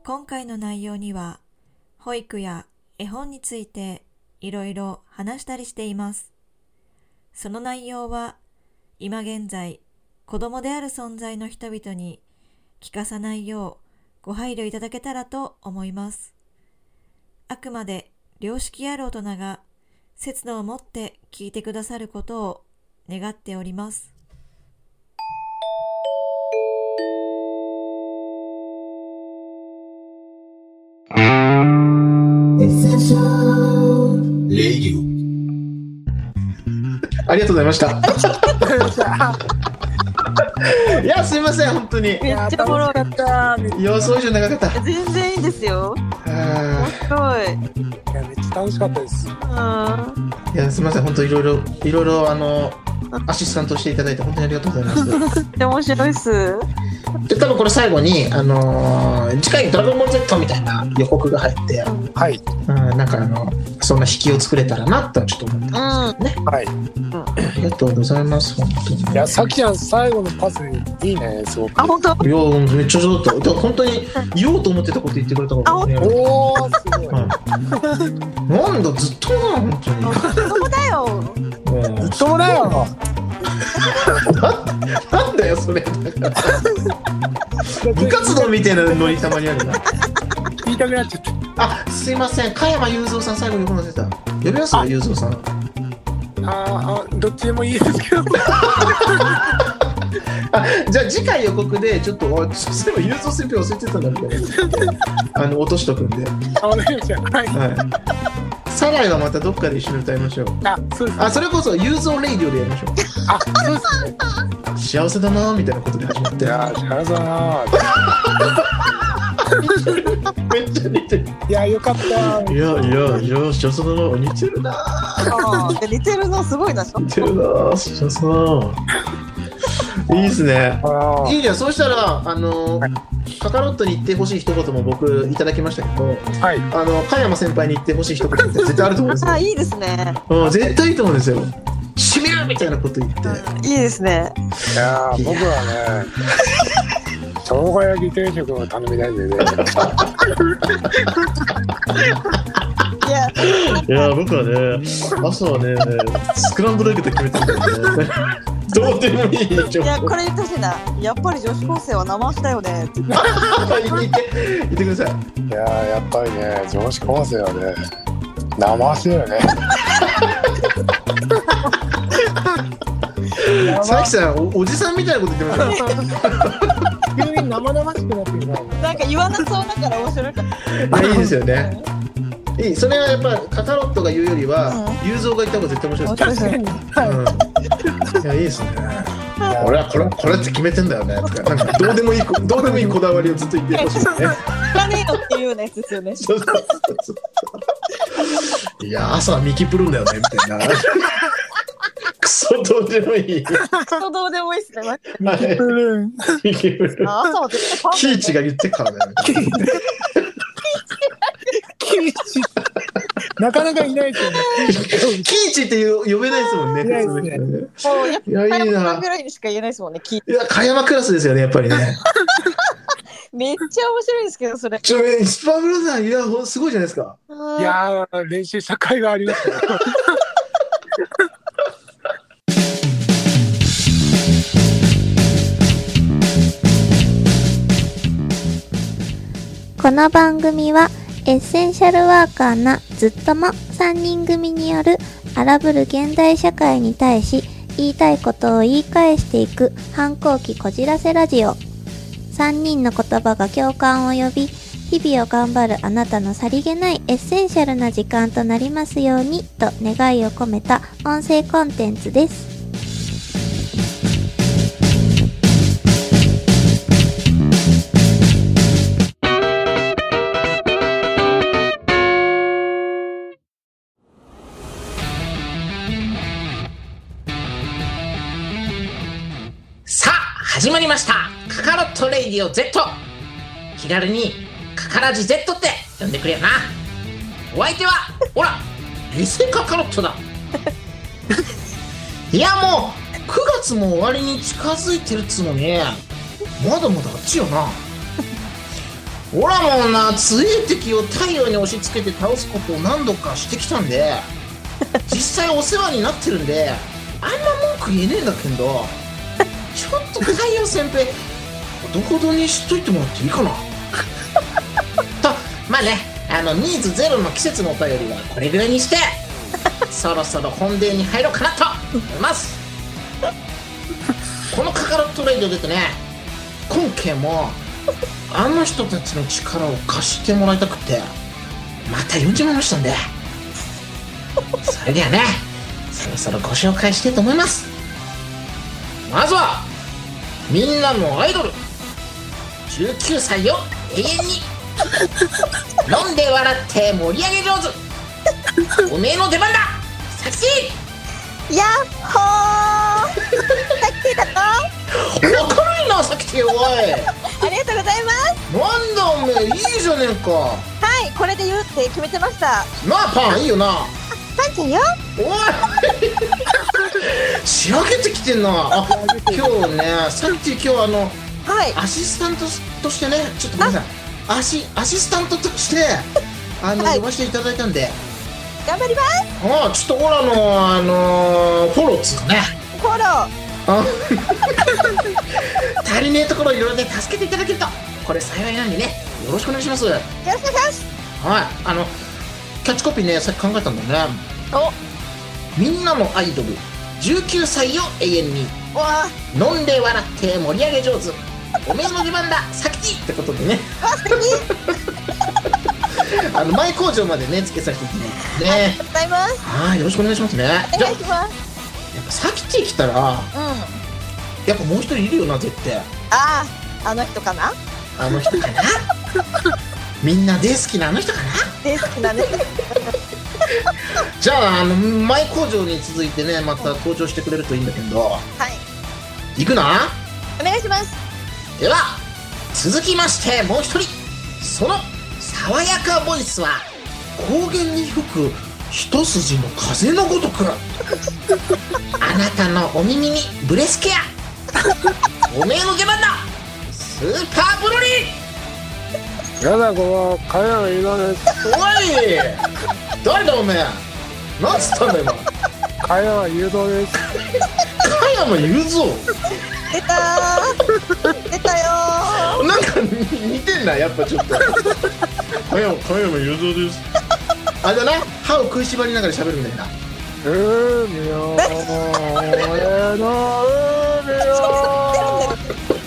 今回の内容には保育や絵本についていろいろ話したりしています。その内容は今現在子供である存在の人々に聞かさないようご配慮いただけたらと思います。あくまで良識ある大人が節度を持って聞いてくださることを願っております。 ありがとうございました。いや、すいません、本当に。 めっちゃおもろかった。 予想以上長かった。 全然いいですよ。面白い。 いや、めっちゃ楽しかったです。 いや、すいません、本当いろいろアシスタントしていただいて本当にありがとうございます。 めっちゃ面白いっす。 で、多分これ最後に次回ドラゴンボール Z みたいな予告が入って、 はい。 なんかそんな引きを作れたらなとちょっと思ってますね。 はい。 ありがとうございます。本当に。 いや、さきちゃん最後のパスいいね、すごく。 あ、本当？ いや、めっちゃ上手だった。本当に言おうと思ってたこと言ってくれたからね。 おー、すごい。 なんだ、ずっとだな、本当に。 そうだよ。 ずっとだよ。 なんだよ、それ。部活動みたいなノリたまにあるな。 言いたくなっちゃった。 あ、すいません、加山雄三さん最後に呼ばせた。呼びます雄三さん。 どっちでもいいですけど。 じゃあ次回予告でちょっとそういえば雄三先輩忘れてたんだみたいな落としとくんで。 わかりました。はい。 サライはまたどっかで一緒に歌いましょう。 そうです。 それこそ雄三レイディオでやりましょう。 そうですね。 幸せだなみたいなことで始まって。 いや、幸せだな。 めっちゃ似てる。 いや、よかった。 いや、幸せだな。似てるな。 似てるのすごいな。 似てるな。幸せだな。いいですね。いいじゃん。そうしたらカカロットに言ってほしい一言も僕いただきましたけど、 はい。 加山先輩に言ってほしい一言って絶対あると思うんですよ。 いいですね。 絶対いいと思うんですよ。しみるみたいなこと言って。 いいですね。 いや、僕はね、生姜焼き定食を頼みたいんでね。 いや、僕はね、朝はね、スクランブルエッグで決めてるんだよね。どうでもいい。いや、これ言ってほしいな。やっぱり女子高生は生したよねって言ってください。 いや、やっぱりね、女子高生はね、生してるよね。 さきさん、おじさんみたいなこと言ってました。 急に生々しくなってるな。 なんか言わなそうだから面白いから。 いいですよね。いい。それはやっぱカカロットが言うよりは、雄三が言った方が絶対面白いです。いや、いいですね。俺はこれって決めてんだよね。なんかどうでもいいこだわりをずっと言ってほしいね。 ダメよっていうやつですよね。 いや、朝はミキプルンだよねみたいな。クソどうでもいい。 クソどうでもいいっすね。 ミキプルン。 朝は絶対キイチが言ってからだよね。 キイチなかなかいないですよね。 キイチって呼べないですもんね。 いないですね。 いや、いいな。 ぐらいにしか言えないですもんね。 いや、加山クラスですよね、やっぱりね。 めっちゃ面白いんですけど、それ。 スパブラザー、いや、すごいじゃないですか。 いや、練習した甲斐がありましたよ。 この番組はエッセンシャルワーカーなずっとも3人組による荒ぶる現代社会に対し言いたいことを言い返していく反抗期こじらせラジオ。3人の言葉が共感を呼び、日々を頑張るあなたのさりげないエッセンシャルな時間となりますようにと願いを込めた音声コンテンツです。 始まりましたカカロットレイディオ Z。 気軽にカカラジ Z って呼んでくれよな。お相手はほらリセカカロットだ。いや、もう9月も終わりに近づいてるっつうのにまだまだあっちよな。 俺はもうな、強い敵を太陽に押し付けて倒すことを何度かしてきたんで実際お世話になってるんであんま文句言えねえんだけど、ちょっと太陽先輩どこどにしといてもらっていいかなと、まあね、ニーズゼロの季節のお便りはこれぐらいにしてそろそろ本題に入ろうかなと思いますこのカカロットレイディオでね、今回もあの人たちの力を貸してもらいたくてまた呼んじまいましたんで、それではね、そろそろご紹介したいと思います。まずはみんなのアイドル19歳よ永遠に飲んで笑って盛り上げ上手おめえの出番だサキチやっほーさっきだと明るいなサキチ、おいありがとうございます。 なんだおめえ、いいじゃねえか。 はい、これで言うって決めてました。 なあパン、いいよな。 パンちゃんよ。 おい仕上げてきてんな。あ、今日ね、さっき今日はい。 アシスタントとしてね、ちょっとごめんなさい、アシスタントとしてはい呼ばせていただいたんで、 頑張ります。 ちょっとオラのフォローっつうかね、 フォロー。 足りねえところいろいろで助けていただけるとこれ幸いなんでね、よろしくお願いします。はい、 よろしくお願いします。 キャッチコピーね、さっき考えたんだよね。みんなのアイドル19歳よ永遠におわ飲んで笑って盛り上げ上手おめえの出番だサキチってことでね前工場までねつけさせていただいてね、 ありがとうございます。 はい、よろしくお願いしますね。 お願いします。 やっぱサキチ来たらやっぱもう一人いるよな絶対。 あの人かな。 あの人かなみんな大好きなあの人かな。 大好きなね。 じゃあ前工場に続いてね、また登場してくれるといいんだけど、 はい。 行くな。 お願いします。 では続きましてもう一人、その爽やかボイスは高原に吹く一筋の風のごとくあなたのお耳にブレスケアおめえの出番だスーパーブロリー。 やだ、この会話がいらないです。 おい誰だおめえ、なんつったんだ今。 会話は誘導です。 加山雄三出たー。出たよー。 なんか似てんな、やっぱちょっと。加山雄三です。あれだな、歯を食いしばりながら喋るみたいな。 海よ俺の海よ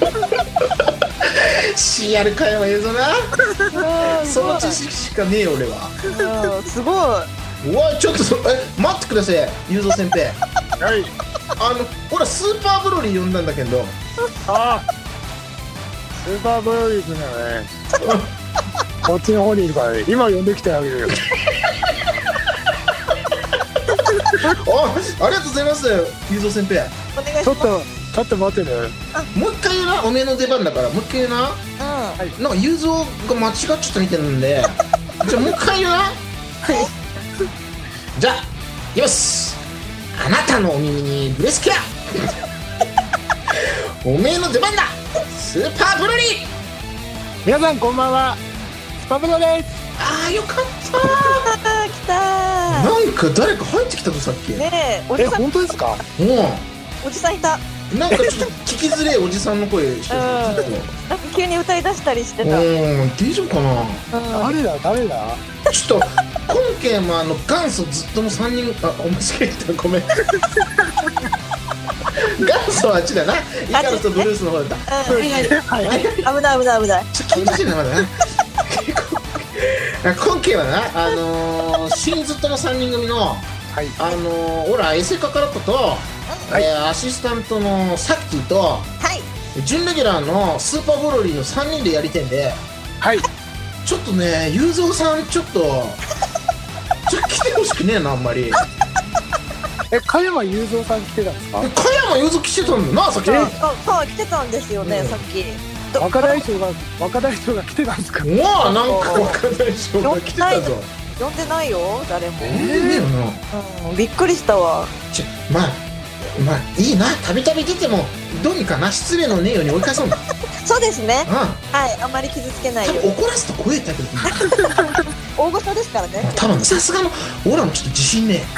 CR 加山雄三な。その知識しかねえよ俺は。 すごい。 おいちょっと待ってください雄三先輩。 はい。 ほらスーパーブロリー呼んだんだけど。 あスーパーブロリー君だね。こっちの方にいるからね、今呼んできてあげるよ。 ありがとうございます雄三先輩。 お願いしちょます。 っと待ってね。 もう一回言うな、おめえの出番だからもう一回言うな。なんか雄三が間違っちゃったみたいなんでじゃあもう一回言うな。じゃあいきます。あなたのお耳にブレスケアおめえの出番だスーパーブロリー。 皆さんこんばんは、スパブロです。 ああよかった来たー。 なんか誰か入ってきたぞさっき。 ねえ、おじさん、 本当ですか？ おじさんいた。 なんかちょっと聞きづれえおじさんの声してる。 なんか急に歌い出したりしてた。 大丈夫かな。 誰だちょっと今回も元祖ずっとも3人お間違えたごめん元祖はあっちだな、イカロスとブルースの方だった。 はい危ない。 ちょっと緊張してんなまだな今回はな新ずっとの3人組のほらエセカカロットとアシスタントのサッキーとはい。 準レギュラーのスーパーブロリーの3人でやりてんで、 はい。 ちょっとね雄三さんちょっと来てほしくねえなあんまり。 加山雄三さん来てたんですか？ 加山雄三来てたんだなさっき。 そう来てたんですよね、さっき。 若大将が来てたんですか？ うわなんか若大将が来てたぞ。 呼んでないよ誰も。 ねえよな。 びっくりしたわ。 まあまあいいな、たびたび出てもどうにかな、失礼のねえように追い返そうだ。 そうですね。 うん、 はい、あまり傷つけない多ように。 分怒らすと怖えタイプだ大御所ですからね。 多分さすがの俺らもちょっと自信ね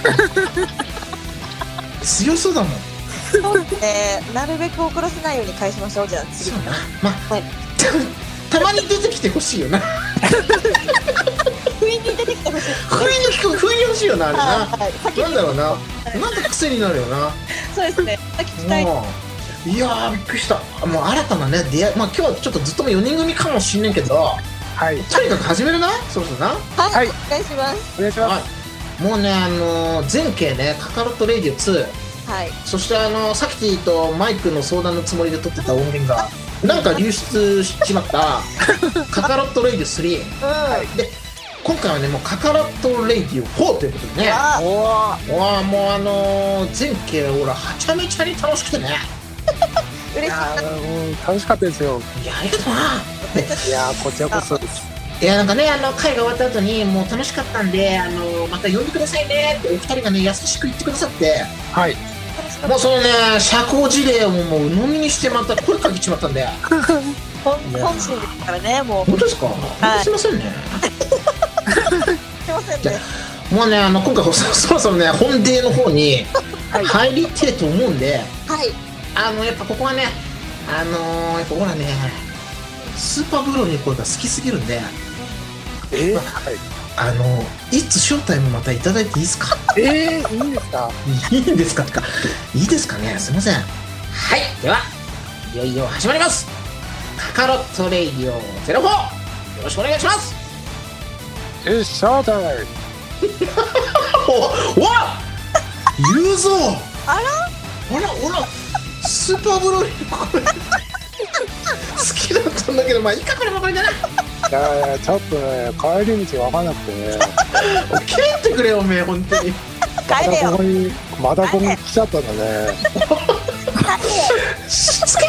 え強そうだもん。 なるべく怒らせないように返しましょう。じゃあ次そう。だな、まあ、 はいたまに出てきてほしいよな。 不意に出てきてほしい。 不意に欲しいよな、あれな。 はい、先になんだろうな、なんか癖になるよな。 そうですね。聞きたい。 もういやーびっくりした。もう新たなね出会い、まあ今日はちょっとずっとも4人組かもしんねんけど、 はい。 とにかく始めるな、そうそうな。 はい、 はいお願いします。 お願いします。 はい、もうね前景ねカカロットレディオ2、 はい。 そしてサキティとマイクの相談のつもりで撮ってた音源がなんか流出しちまったカカロットレディオ3、 うん。 で今回はねもうカカロットレディオ4ということでね、 あ、 おわあもう前景俺はちゃめちゃに楽しくてね、 嬉しい。 いやー、もう楽しかったですよ。 いやありがとうな。でいやー、こちらこそです。 いやなんかね会が終わった後にもう楽しかったんでまた呼んでくださいねってお二人がね優しく言ってくださって、 はい。 もうそのね社交辞令をもう鵜呑みにしてまた声かけちまったんで。 本心ですからね。もう本当ですか、 はいすいませんね。 すいませんじゃね。 もうね今回そろそろね本題の方に入りてえと思うんで、 はい。 やっぱここはねやっぱほらねスーパーブローに声が好きすぎるんで、 はい。 いつショータイムまたいただいていいですか。 いいですか。 いいんですかってかいいですかね、すいません。はいではいよいよ始まります、カカロットレイディオ04、よろしくお願いします。 ショータイム。 お言うぞ。 あらスーパーブローに声好きだったんだけど、まあいいか、これもこれだな。 いやちょっとね、帰り道わかんなくてね。 帰ってくれよおめえ本当に。 帰れよ。 またここに来ちゃったんだね。 しつけ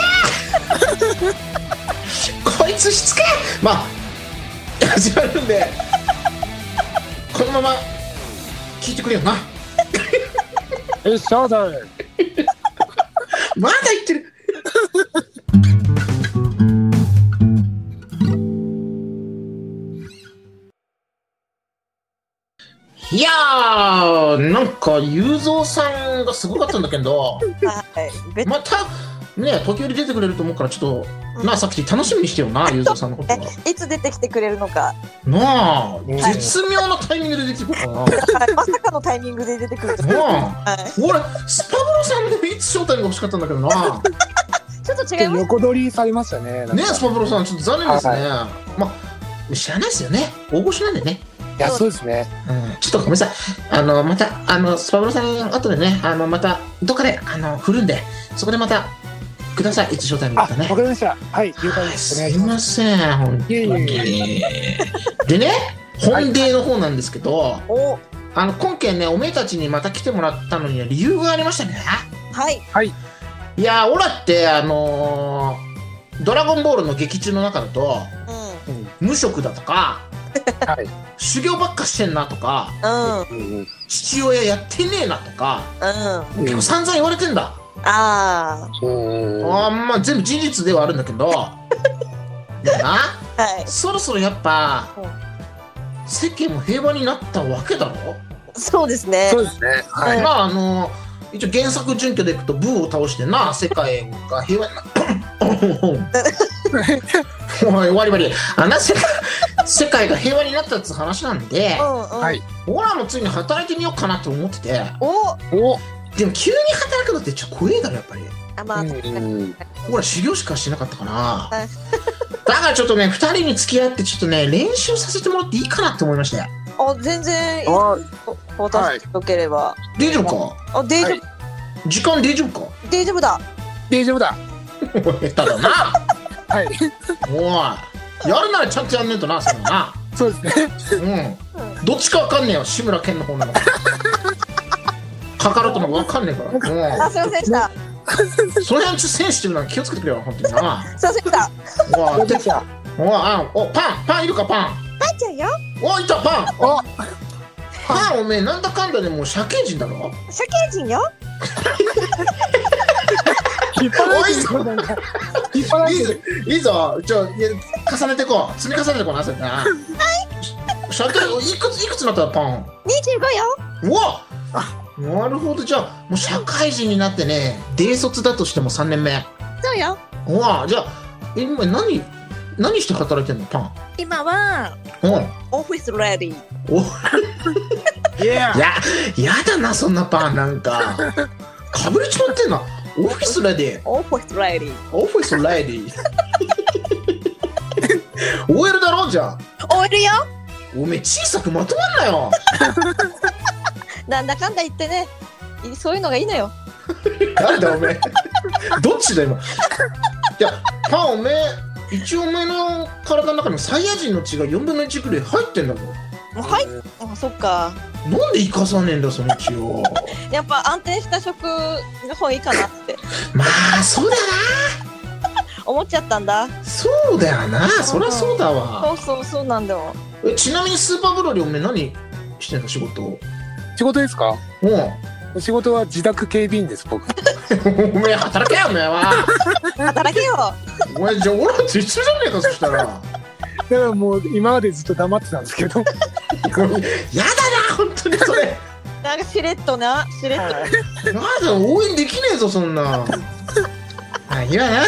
こいつしつけ。まあ始まるんでこのまま聞いてくれよな。 ショータイム。 まだ言ってる。いやーなんか雄三さんがすごかったんだけど、 はい。 またね時折出てくれると思うからちょっとなあさっき楽しみにしてよな雄三さんのことは。 いつ出てきてくれるのか。 なあい絶妙なタイミングで出てくるからな。 はいまさかのタイミングで出てくる。 なあは俺スパブロさんもいつ招待が欲しかったんだけどな。 い。ちょっと違います。 横取りされましたね。なんかねスパブロさんちょっと残念ですね。まあ知らないですよね、大御所なんでね。 いや、そうですね。 ちょっとごめんなさい。またスパブロさん後でねまたどっかで振るんで、そこでまたください、いつ招待もあ、 またね。 わかりました。はい、了解です。お願いすいしま。 ますせん本当いえいに。でね本題の方なんですけど、 お、 今回ねおめえたちにまた来てもらったのには理由がありましたね。 はい。 いやオラってドラゴンボールの劇中の中だと無職だとかはい。 修行ばっかしてんなとかうん。 父親やってねえなとかうん。 結構散々言われてんだ。 あまあ全部事実ではあるんだけどでもなあ。はい。 そろそろやっぱ世間も平和になったわけだろ。 そうですね。 そうですね。はい。 まあ一応原作準拠でいくとブーを倒してな世界が平和になおい終わり終わり世界が平和になったっつう話なんで、 はい。 オラもついに働いてみようかなと思ってて、 お、 でも急に働くのってちょっと怖えだろやっぱり。 あ、まあ、確かに。 オラ修行しかしてなかったかな。 はいだからちょっとね2人に付き合ってちょっとね練習させてもらっていいかなって思いまして。 あ、全然いい。 あ、 私よければ。 大丈夫か。 あ、大丈夫。 時間大丈夫か。 大丈夫だ。 大丈夫だ。 下手だな。 はい。 おいやるならちゃんとやんねえとなそのな。 そうですね。 どっちかわかんねえよ、志村けんの方なのかカカロットのわかんねえからあ、すいませんでした。 その辺ちょっとセンシティブなの気をつけてくれよ本当にな。 すいませんでした。 おいできた。 パンいるかパン。 パンちゃんよ。 おいたパンお、 パンおめえなんだかんだでもう社会人だろ。 社会人よ。 引っ張られてるなんか引っ張られてる。 いいぞ、重ねてこう、積み重ねてこうな、それな。はい。社会いくつになったらパン。 25よ。 うわ。なるほど、じゃあもう社会人になってね、大卒だとしても3年目。 そうよ。 うわ、じゃあ今何して働いてんの、パン。 今はオフィスレディ。 おいややだな、そんなパン。なんかかぶれちまってんな。オフィスレディ。 オフィスレディ。 オフィスレディ。OL だろ、じゃあ。 OL よ。 おめえ小さくまとまんなよ。 なんだかんだ言ってね、そういうのがいいのよ。 なんだおめえ。どっちだ今。いや、パン、おめえ一応おめえの体の中にサイヤ人の血が4分の1くらい入ってんだぞ。 はい。あ、そっか。 なんで生かさねえんだその血を。 やっぱ安定した食の方がいいかなってまあそうだよ思っちゃったんだ。 な。そうだよな。そりゃそうだわ。 そうなんだよ。 ちなみにスーパーブロリーおめえ何してんの仕事。 仕事ですか？ う仕事は自宅警備員です、僕。 ん。おめえ働けよおめえは。 働けよ。 お前じゃあ俺らと一緒じゃねえか、そしたら。 だからもう今までずっと黙ってたんですけど。 やだな本当にそれ。 なんかしれっと。 なんだ応援できねえぞそんな。あ、いやな。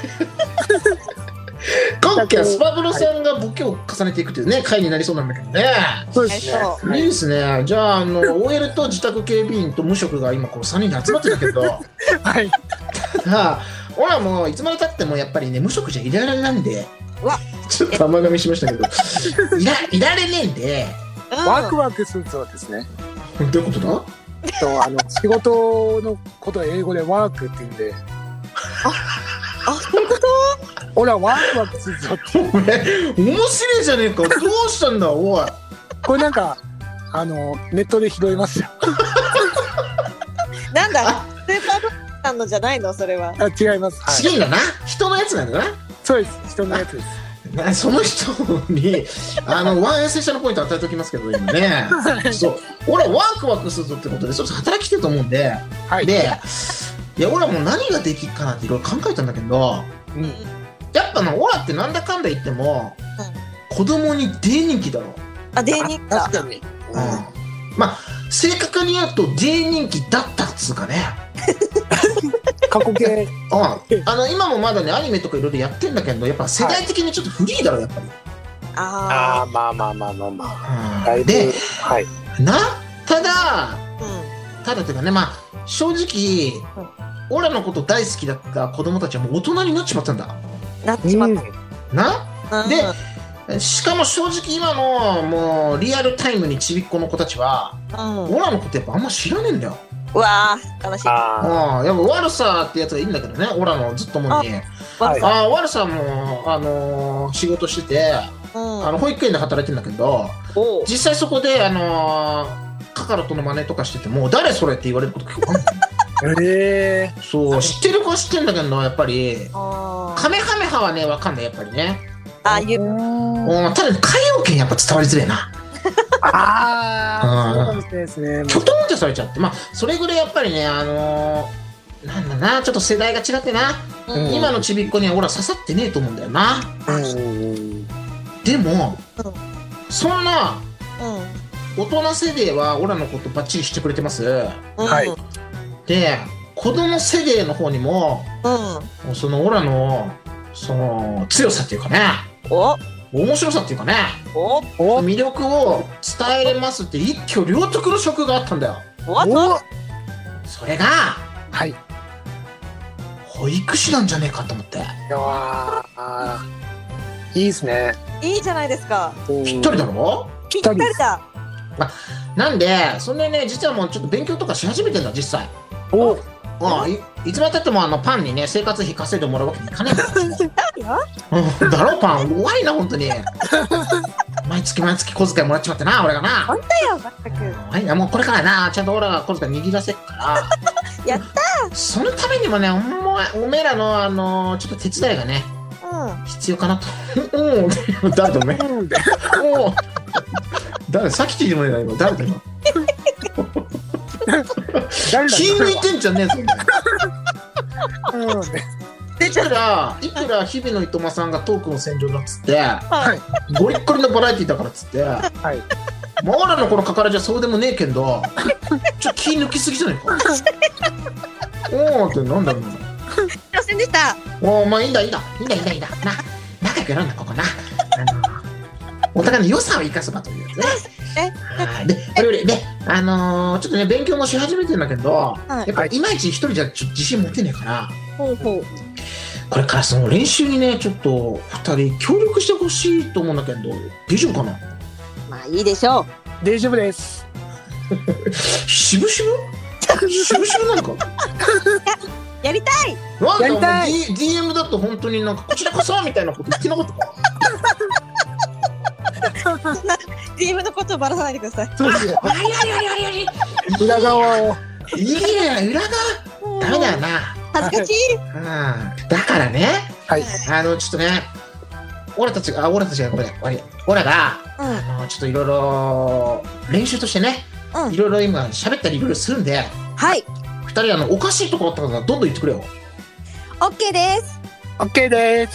今回はスパブロさんがボケを重ねていくというね回になりそうなんだけどね。 そうですね。 いいですね。じゃあOL と自宅警備員と無職が今こう3人で集まってるけど、 はい。 俺はもういつまでたってもやっぱりね無職じゃいられないんで。 うわ、 ちょっと甘噛みしましたけど、いられねえんで。 ワクワクするとですね。 どういうことだ？ 仕事のことは英語でワークって言うんで。 そういうこと？ 俺はワクワクするぞって。 お前面白いじゃねえか。どうしたんだおい。 これなんかネットで拾いますよ。 なんだ、スーパーブロさんのじゃないのそれは。 あ、違います。はい、 違うんだな。人のやつなんだな。 そうです。人のやつです。 その人にワンエッセンシャルポイント与えておきますけど今ね。そう、俺はワクワクするぞってことでそれ働きてると思うんで、 はい、 で、いや俺はもう何ができるかなっていろいろ考えたんだけど、やっぱ俺らってなんだかんだ言っても、子供に大人気だろ。 あ、大人気だ。 確かに。 まあ正確に言うと大人気だったっつうかね。 過去形。 今もまだねアニメとかいろいろやってんだけど、やっぱ世代的にちょっとフリーだろやっぱり。 まあ。 で、 はい。 ただというかね、まあ正直、俺らのこと大好きだった子供たちはもう大人になっちまったんだ。 なっちまった。 で、しかも正直今のもうリアルタイムにちびっこの子たちは、俺らのことやっぱあんま知らねえんだよ。 うわー、悲しい。 やっぱ悪さってやつがいいんだけどね、俺らのずっともに。悪さも仕事してて、保育園で働いてんだけど、実際そこでカカロットの真似とかしてても誰それって言われること結構あるんだよ。そう知ってる子は知ってんだけどやっぱりカメハメハはねわかんないやっぱりね。ただね海洋圏やっぱ伝わりづれえな。そうかもしれないですね。きょとんってされちゃって、まあそれぐらいやっぱりねなんだな、ちょっと世代が違ってな、今のちびっこには俺は刺さってねえと思うんだよな。でも、そんな大人世代は俺らのことバッチリしてくれてます。で子供世代の方にも、その俺らのその強さっていうかね、面白さっていうかね、魅力を伝えれますって一挙両得の職があったんだよ。それが保育士なんじゃねえかと思って。 いいですね。 いいじゃないですか。 ぴったりだろ。 ぴったりだ。 なんでそんでね、実はもうちょっと勉強とかし始めてんだ実際。いつまでたってもパンにね生活費稼いでもらうわけにいかないんだからだろ。パン怖いな本当に。毎月小遣いもらっちまってな俺がな。 本当よ全く。 もうこれからなちゃんと俺が小遣い握らせっからやったー。 そのためにもねおめえらのちょっと手伝いがね必要かなと。誰だおめえ。誰さっき聞いてもらえないの誰だ今。 誰だ気抜いてんじゃねえぞ。 うんいくら日々のいとまさんがトークの戦場だっつって、 はいゴリッゴリのバラエティだからっつって、 はいまあ俺らの頃かからじゃそうでもねえけど、ちょっと気抜きすぎじゃねえか。おーってなんだろうな。 すいませんでした。 おー、まあいいんだな、仲良くやるんだここな。お互いの良さを生かせばというやつね。はい。で、ちょっとね勉強もし始めてんだけど、やっぱいまいち一人じゃちょっと自信持てねえから。 ほうほう。 これからその練習にねちょっと2人協力してほしいと思うんだけど大丈夫かな。 まあいいでしょう。 大丈夫です。 渋々なんかやりたい。 なんだおやりた前 DM だと本当になんかこちらこそみたいなこと言ってなかったか。 DM のことをばらさないでください。 そうですよ。 い裏側を。 いや裏側ダメだよな。 恥ずかしい。 だからねはい。 ちょっとね俺たちがごめん俺がちょっといろいろ練習としてねいろいろ今喋ったりいろいろするんで、 はい。 2人おかしいところあったからどんどん言ってくれよ。 オッケーです。 オッケーです。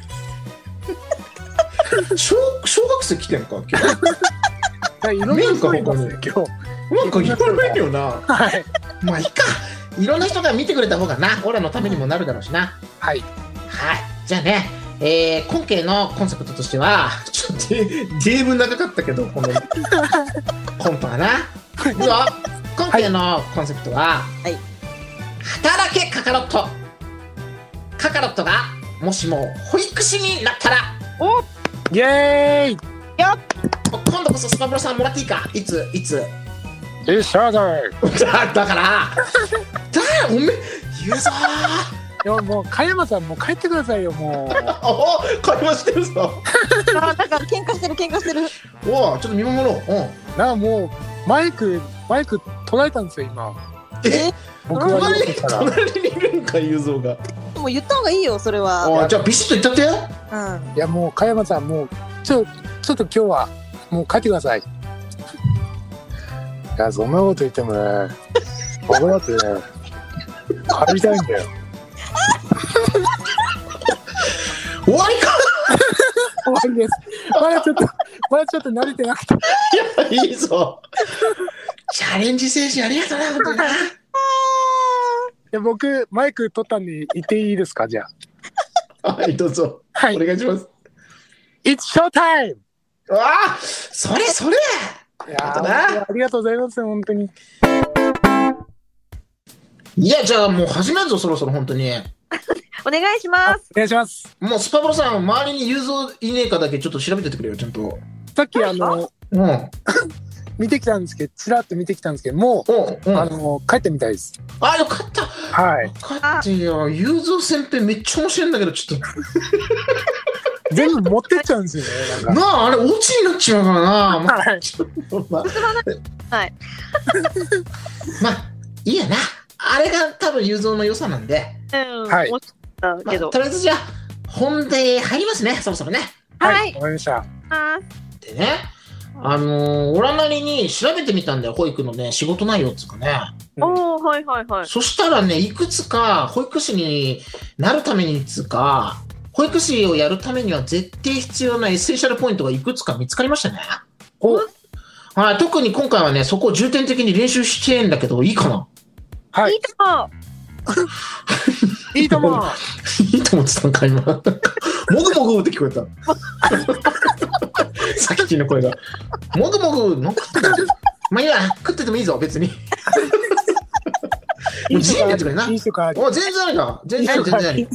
小学生来てんか今日。 いろんな人いますね今日。 なんかいろいろいるよな。 はい。 まあいいか。いろんな人が見てくれた方がな、俺らのためにもなるだろうしな。 はい。 はい。じゃあね、今回のコンセプトとしては、ちょっとだいぶ長かったけど、このコントがな。では、今回のコンセプトは、働けカカロット。カカロットが、もしも保育士になったら、 イエーイ。 今度こそスパブロさんもらっていいか。いつよっしゃーだからおめ言うぞいやもう加山さんもう帰ってくださいよもお会話してるぞ。 なんか喧嘩してる。 おちょっと見守ろう。 う。なんかもうマイク取られたんですよ今。僕が言おうとしたら。 隣にいるんか雄三が。 もう言った方がいいよそれは。 じゃあビシッと言っちゃって。 いやもう加山さんもうちょっと今日はもう帰ってください。いやそんなこと言ってもね、僕だってね帰りたいんだよ。 終わりか。 終わりです。まだちょっと慣れてなくて。 いやいいぞ。チャレンジ精神ありがとうな本当にな。 いや僕マイク取ったんで言っていいですかじゃあ。 はいどうぞ。 はい。 お願いします。 It's show time。 それ。 いやありがとうございます本当に。 いやじゃあもう始めるぞそろそろ本当に。 お願いします。 お願いします。 もうスパブロさん周りに雄三いねえかだけちょっと調べててくれよちゃんと。 さっき見てきたんですけど、ちらっと見てきたんですけど、もう帰ってみたいです。 よかった。 はい。 よかったよ。雄三先輩めっちゃ面白いんだけどちょっと。 全部持ってっちゃうんですよね。 なああれオチになっちゃうからな。 はい。 はい。 まあいいやな。あれが多分雄三の良さなんで。 はい。 とりあえずじゃあ本題入りますねそろそろね。 はい。わかりました。 でね、俺なりに調べてみたんだよ保育のね仕事内容っつうかね。 はいはいはい。 そしたらねいくつか保育士になるためにつうか保育士をやるためには絶対必要なエッセンシャルポイントがいくつか見つかりましたね。はい、特に今回はねそこを重点的に練習してんだけどいいかな。 はい。 いいとも。 いいとも。 いいと思ってたんか今。もぐもぐって聞こえた。さきちの声が。もぐもぐなんか食ってた。まあいいや食っててもいいぞ別に。もう自由にやってくれな。 いい人か。 全然あれか。全然あり。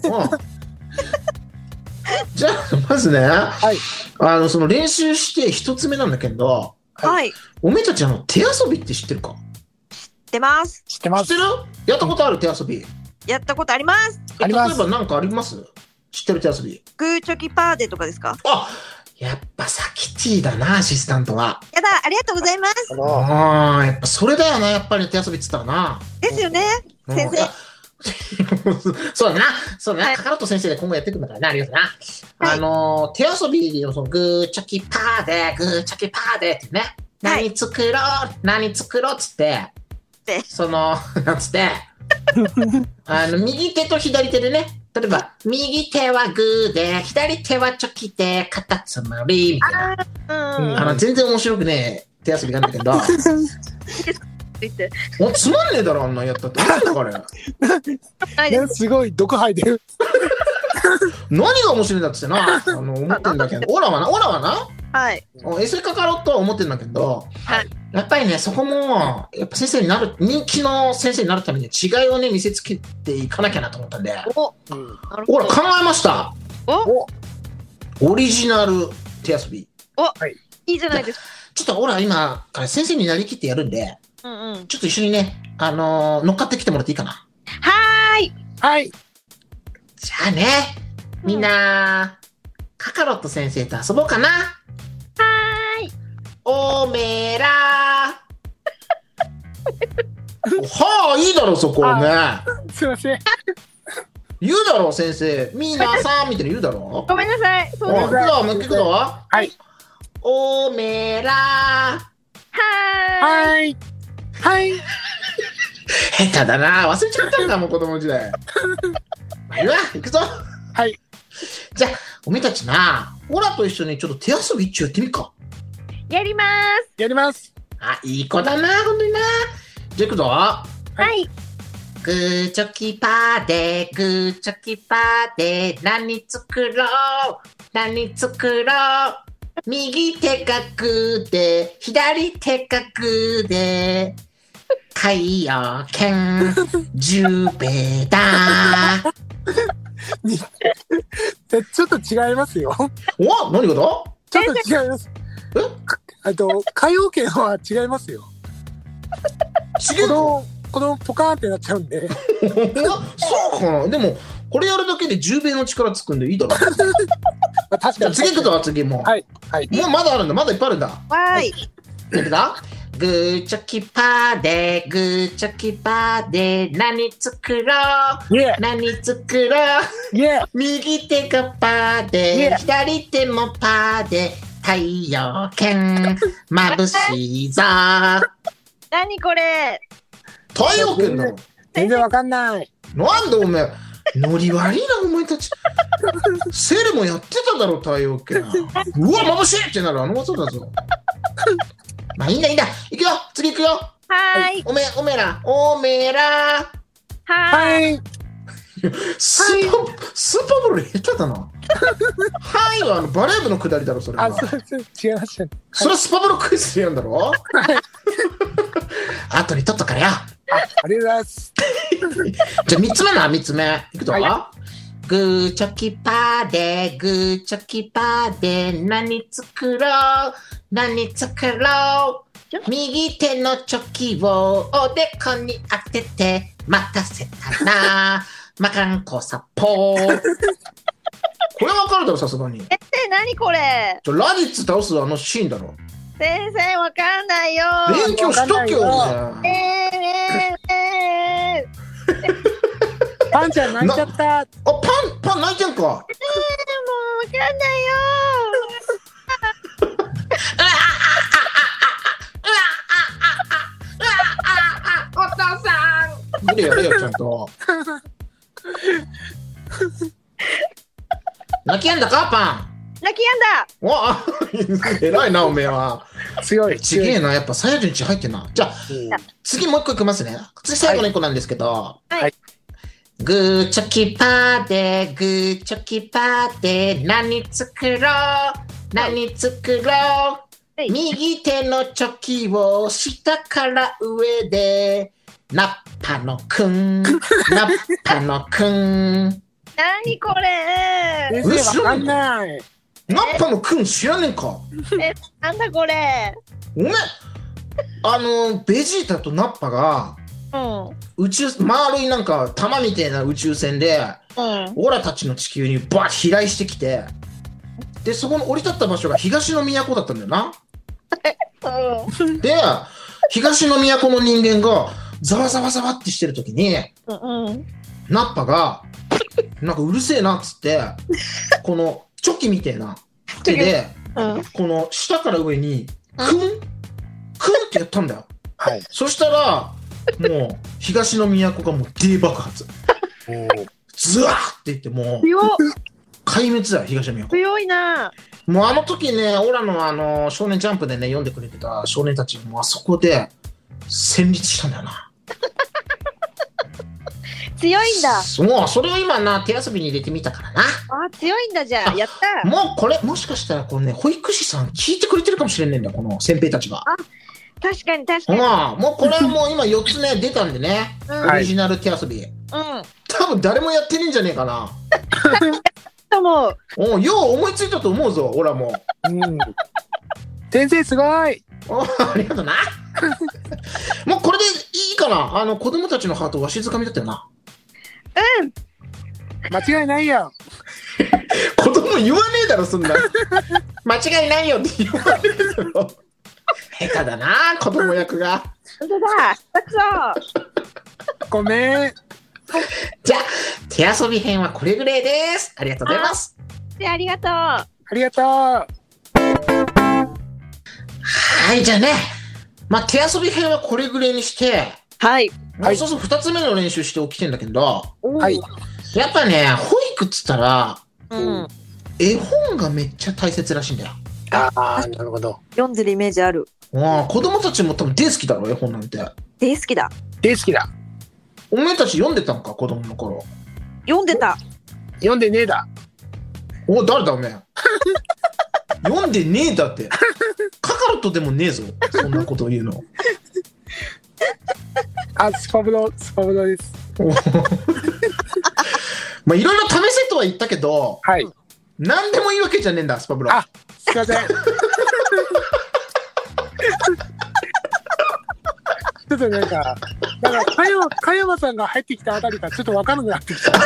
じゃあまずね、その練習して一つ目なんだけど、おめえたち手遊びって知ってるか？ 知ってます。 知ってます。 知ってる？やったことある手遊び？ やったことあります。 例えば何かあります？知ってる手遊び？ グーチョキパーデとかですか？ やっぱサキティだなアシスタントは。 やだありがとうございます。 やっぱそれだよなやっぱり手遊びっつったらな。 ですよね先生。 そうだな、カカロット先生で今後やっていくんだからね、ありがとうな。手遊びのそのグーチョキパーでってね、何作ろうっつって、 なんつって、右手と左手でね、例えば、右手はグーで、左手はチョキで、カタツムリみたいな。全然面白くねえ手遊びなんだけど、つまんねえだろ、あんなんやったって。何だこれ。 すごい毒吐いてる。 何が面白いんだっつってな、思ってんだけど、オラはな、 はい。 エセカカロットは思ってんだけど、やっぱりね、そこも、やっぱ先生になる、人気の先生になるために違いをね、見せつけていかなきゃなと思ったんで、ほら、考えました。オリジナル手遊び。 いいじゃないですか。 ちょっとオラ今から先生になりきってやるんで、ちょっと一緒にね、乗っかってきてもらっていいかな。 はい。 じゃあね、みんな、カカロット先生と遊ぼうかな。おめえらいいだろ、そこね。 すいません。 言うだろ、先生。みんなさんみたいに言うだろ。 ごめんなさい。 そうです。もう一回はい。 おめえらはい。 下手だな。忘れちゃったんだもん、子供時代。まあいいわ、行くぞ。 はい。 じゃあ、おめえたちな、オラと一緒にちょっと手遊び一丁やってみっか。 やります。 いい子だな、ほんとにな。じゃあ行くぞ。 はい。 グーチョキパーで、グーチョキパーで、何作ろう。右手がグーで、左手がグーで、海洋圏10米だ。 ちょっと違いますよ。 何がだ？ ちょっと違います。海洋圏は違いますよ。このポカーンってなっちゃうんで。 そうかな。でもこれやるだけで10倍の力つくんでいいだろ。 確かに。 次行くぞ、次もう。 はい。 もうまだあるんだ、まだいっぱいあるんだ。 はい。 いくぞ。グーチョキパーで、グーチョキパーで、何作ろう。右手がパーで、左手もパーで、太陽圏眩しいぞ。 何これ。 太陽圏だろ。 全然わかんない。 なんでおめえノリ悪いな、お前たち。セルもやってただろ、太陽圏。うわ、眩しいってなる、あの技だぞ。まあいいんだ。行くよ、次行くよ。 はい。 おめえら。 はい。 スーパーボール下手だな。はいはバレー部のくだりだろ、それは。 違いましたね。 それはスパボロクイズでやるんだろ。後に取っとからよ。 ありがとうございます。 じゃあ3つ目。いくぞ。グーチョキパーで、グーチョキパーで、何作ろう。右手のチョキをおでこに当てて、待たせたな。マカンコサポー。これわかるだろ、さすがに。 何これ。 ラディッツ倒すあのシーンだろ。 先生わかんないよ。 勉強しとけよ。 パンちゃん泣いちゃった。 パン泣いてんか。もうわかんないよ。お父さん。 無理やれよ、ちゃんと。泣きやんだか、パン。 泣きやんだ。 偉いな、おめえは。 強い。 ちげえな、やっぱサイヤ人血入ってんな。じゃあ、次もう一個いきますね。次最後の一個なんですけど。 はい。 グーチョキパーで、グーチョキパーで、何作ろう。右手のチョキを下から上で、ナッパのくん。 何これ。 わかんない。 ナッパのくん知らねえか。 なんだこれ。 おめえ、ベジータとナッパが、丸いなんか玉みたいな宇宙船で、オラたちの地球にバーッ飛来してきて、でそこの降り立った場所が東の都だったんだよな。で東の都の人間がざわざわざわってしてる時に、ナッパがなんかうるせえなっつってこのチョキみたいな手で、この下から上にクンってやったんだよ。そしたらもう東の都がもう大爆発。ズワーっていってもう壊滅だよ東の都。 強いな。 もうあの時ね、オラの少年ジャンプでね読んでくれてた少年たちもあそこで戦慄したんだよな。 強いんだ。 もうそれを今な手遊びに入れてみたからな。 あ、強いんだじゃあ。やった。 もうこれもしかしたらこれね保育士さん聞いてくれてるかもしれないんだよこの先輩たちが。 確かに確かに。 もうこれはもう今4つね出たんでね、オリジナル手遊び。多分誰もやってねえんじゃねえかな。 もうよう思いついたと思うぞオラも。 先生すごい。 ありがとうな。もうこれでいいかな。子供たちのハートわしづかみだったよな。 間違いないよ。 子供言わねえだろそんな。間違いないよって言わねえだろ。下手だな子供役が。 本当だ。 ごめん。 じゃあ手遊び編はこれぐらいです。ありがとうございます。 ありがとう。 ありがとう。 はい、じゃあね、まあ手遊び編はこれぐらいにして、 はい。 もうそうそう2つ目の練習しておきてんだけど、 はい。 やっぱね保育っつったら、絵本がめっちゃ大切らしいんだよ。 ああ、なるほど。 読んでるイメージある。 子供たちも多分大好きだろ絵本なんて。 大好きだ。 大好きだ。 お前たち読んでたんか子供の頃。 読んでた。 読んでねえだ。 お誰だおめえ。読んでねえだって。カカロットでもねえぞそんなこと言うの。 あ、スパブロです。 まあいろいろ試せとは言ったけど、 はい。 何でもいいわけじゃねえんだスパブロ。 あ、すいません。ちょっとなんか加山さんが入ってきたあたりからちょっと分からなくなってきた。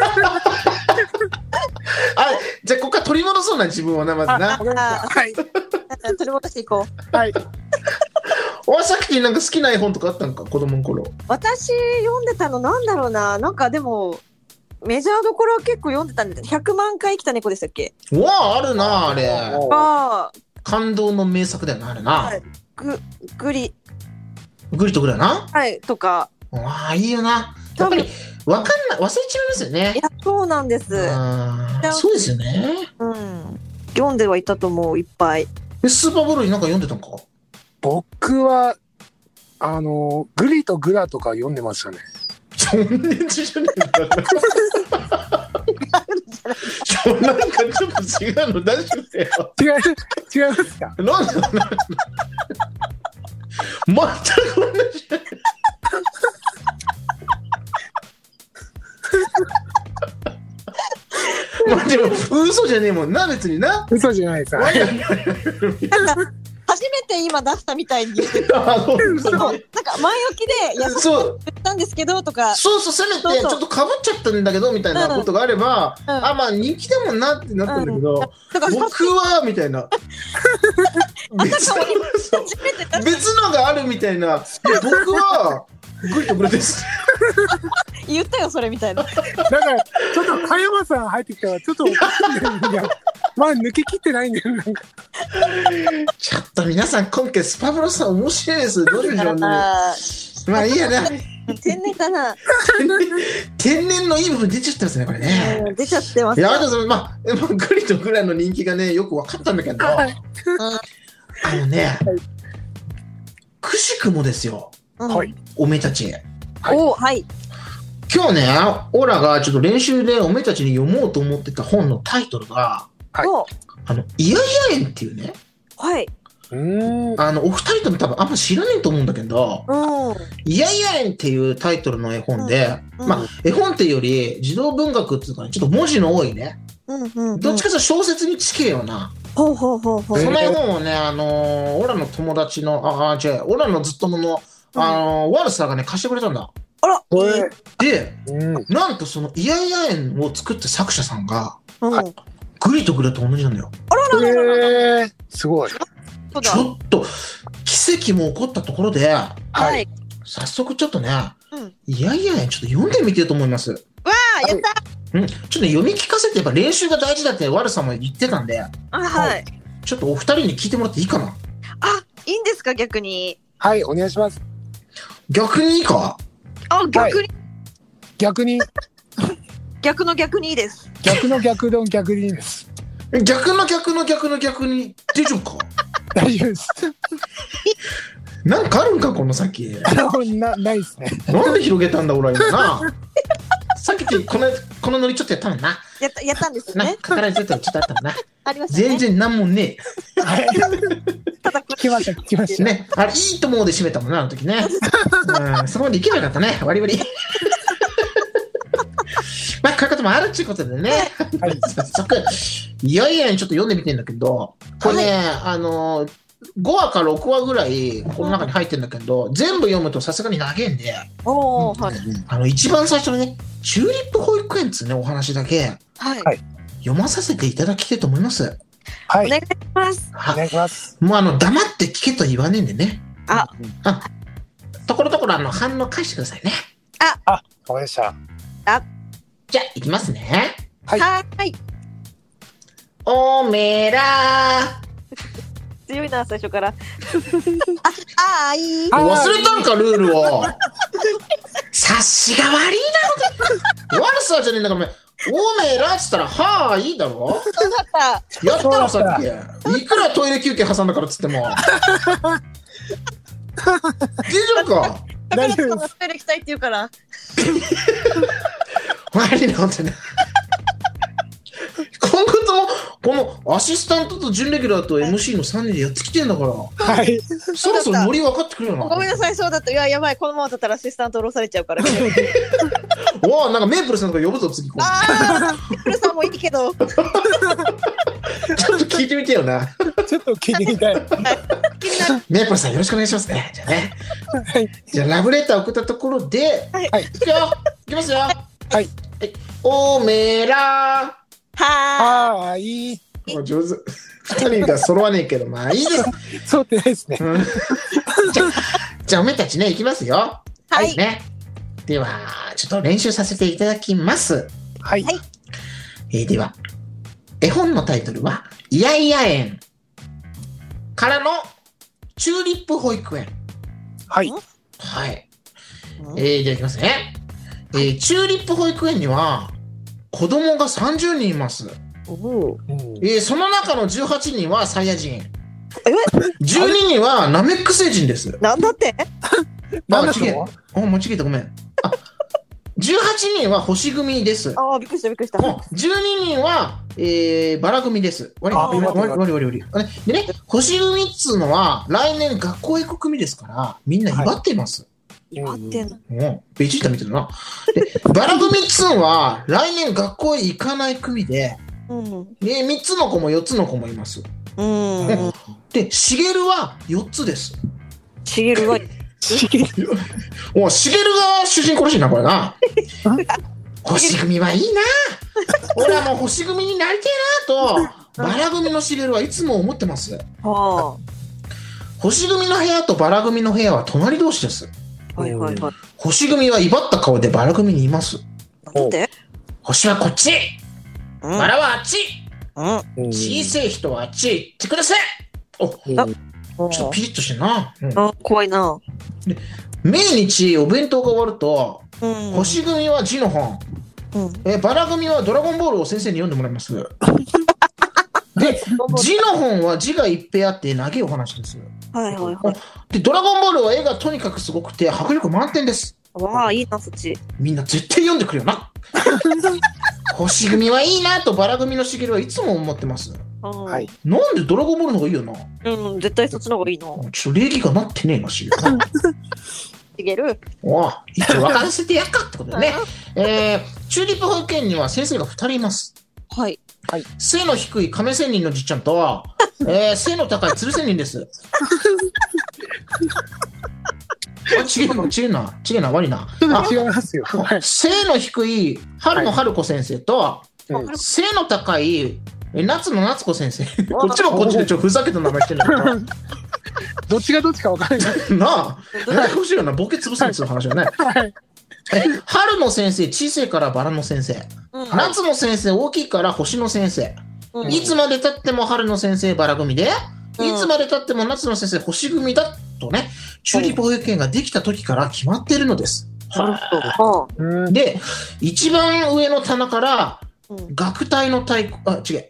じゃあここから取り戻そうな自分をなまずな。 はい。 取り戻していこう。 はい。 さっきなんか好きな絵本とかあったんか子供の頃。 私読んでたのなんだろうな。なんかでもメジャーどころは結構読んでたんで、100万回来た猫でしたっけ？ うわあるなあれ。感動の名作だよなあれな。はい、 グリとグリだな。 はいとか。 いいよな。やっぱり忘れちゃいますよね。 いやそうなんです。 そうですよね。 読んではいたと思ういっぱい。 スーパーボールになんか読んでたんか？ 僕はグリとグラとか読んでましたね。 少年誌じゃねえんだ。なんかちょっと違うの出してよ。 違いますか？ なんで全く同じ。まあでも嘘じゃねえもんな別にな。 嘘じゃないさ。 初めて今出したみたいに言ってた。なんか前置きで言ったんですけどとか。 そうせめてちょっとかぶっちゃったんだけどみたいなことがあれば、まあ人気だもんなってなったんだけど、僕はみたいな別のがあるみたいな。僕はグリとグリです。 言ったよそれみたいな。 だからちょっと加山さん入ってきたらちょっとまあ抜けきってないんだよなんか。 ちょっと皆さん今回スパブロさん面白いです。どうでしょうね。まあいいやな。 天然だな。 天然のいい部分出ちゃったんですねこれね。 出ちゃってます。 いやまあグリとグラの人気がねよく分かったんだけど、くしくもですよ。 はい。 おめえたち。 はい。 今日ね、オラがちょっと練習でおめえたちに読もうと思ってた本のタイトルが、イヤイヤ園っていうね。 はい。 お二人とも多分あんま知らねえと思うんだけど、イヤイヤ園っていうタイトルの絵本で、まあ絵本っていうより児童文学っていうかね、ちょっと文字の多いね、どっちかというと小説に近いような、その絵本をね、オラの友達の、オラのずっともの、ワルサーがね、貸してくれたんだ。 あらで、なんとそのイヤイヤ園を作った作者さんが、グリとグラと同じなんだよ。 すごい。 ちょっと奇跡も起こったところで、早速ちょっとね、イヤイヤ園ちょっと読んでみてると思います。 わあ、やった。 ちょっと読み聞かせて、やっぱ練習が大事だってワルさんも言ってたんで、ちょっとお二人に聞いてもらっていいかな。 いいんですか逆に。 はい、お願いします。 逆にいいか。 あ、逆に、 逆に、 逆の逆にいいです。 逆の逆の逆にいいです。 逆の逆の逆の逆に大丈夫か。 大丈夫です。 なんかあるんかこの先。 ないですね。 なんで広げたんだ俺は今な。さっきこのノリちょっとやったもんな。 やったんですよね。 かかられてたらちょっとあったもんな。 ありましたね。 全然なんもねえ。 はい。聞きましたね。あれいいと思うで締めたもんなあの時ね。そこまでいけばよかったね。割り。まあこういうこともあるっていうことでね。早速いよいよちょっと読んでみてんだけど、これね5話か6話ぐらいこの中に入ってるんだけど、全部読むとさすがに長いんで、一番最初のねチューリップ保育園っつうねお話だけ読まさせていただきたいと思います。 はい。 お願いします。 お願いします。 もう黙って聞けと言わねえんでね。ところどころ反応返してくださいね。 わかりました。 じゃあいきますね。 はい。 おめら強いな最初から。 いい。忘れたんかルールを。察しが悪いな。悪さじゃねえんだからおめらっつったらはーいいだろ。 そうだった。 やったのさっき。いくらトイレ休憩挟んだからっつっても。大丈夫か。 大丈夫です。トイレ行きたいって言うから。 悪いな本当に。今後ともこのアシスタントと準レギュラーと MC の3人でやってきてんだから。 はい。 そろそろノリ分かってくるよな。 ごめんなさいそうだった。いややばいこのままだったらアシスタント降ろされちゃうから。 わあなんかメープルさんとか呼ぶぞ次。 メープルさんもいいけど。ちょっと聞いてみてよな。 ちょっと聞いてみたい。 メープルさんよろしくお願いしますね。じゃあね。じゃあラブレター送ったところで、いきますよ。はい。おめらはーい。 上手。2人が揃わねえけどまあいいです。 揃ってないですね。 じゃあおめたちねいきますよ。 はいね。ではちょっと練習させていただきます。 はい。 では絵本のタイトルはイヤイヤ園からのチューリップ保育園。 はい。 はい。じゃあいきますね。チューリップ保育園には子供が30人います。その中の18人はサイヤ人。12人はナメック星人です。 なんだって？ 間違えたごめん。18人は星組です。 びっくりした。 12人は、バラ組です。割り。でね、星組っつうのは来年学校へ行く組ですからみんな威張っています。 威張ってんの？ ベジータ見てるな。でバラ組っつうのは来年学校へ行かない組で、3つの子も4つの子もいます。でしげるは4つです。 しげるはしげるが主人公らしいなこれな。星組はいいな。俺はもう星組になりてえなとバラ組のしげるはいつも思ってます。星組の部屋とバラ組の部屋は隣同士です。星組は威張った顔でバラ組にいます。星はこっち、バラはあっち、小さい人はあっち行ってください。ちょっとピリッとしてんな。 怖いな。 命日お弁当が終わると、星組は字の本、バラ組はドラゴンボールを先生に読んでもらいます。で字の本は字がいっぺいあって長いお話です。でドラゴンボールは絵がとにかくすごくて迫力満点です。 いいなそっち。みんな絶対読んでくるよな。星組はいいなとバラ組のしげるはいつも思ってます。なんでドラゴンボールの方がいいよな。 絶対そっちの方がいいな。 ちょっと礼儀がなってねえなしげる。 しげる。 一応分からせてやっかってことでね。チューリップ保育園には先生が2人います。背の低い亀仙人のじっちゃんと、背の高い鶴仙人です。違えな悪いな。 違いますよ。 背の低い春の春子先生と、背の高い夏の夏子先生。こっちもこっちでちょっとふざけた名前してるんだけど。 どっちがどっちか分からないなあ。ややこしいよな。ボケ潰すんですよ話はね。春の先生小さいからバラの先生、夏の先生大きいから星の先生、いつまでたっても春の先生バラ組で、いつまでたっても夏の先生星組だとね中立保育園ができた時から決まっているのです。で、一番上の棚から、学亭の太鼓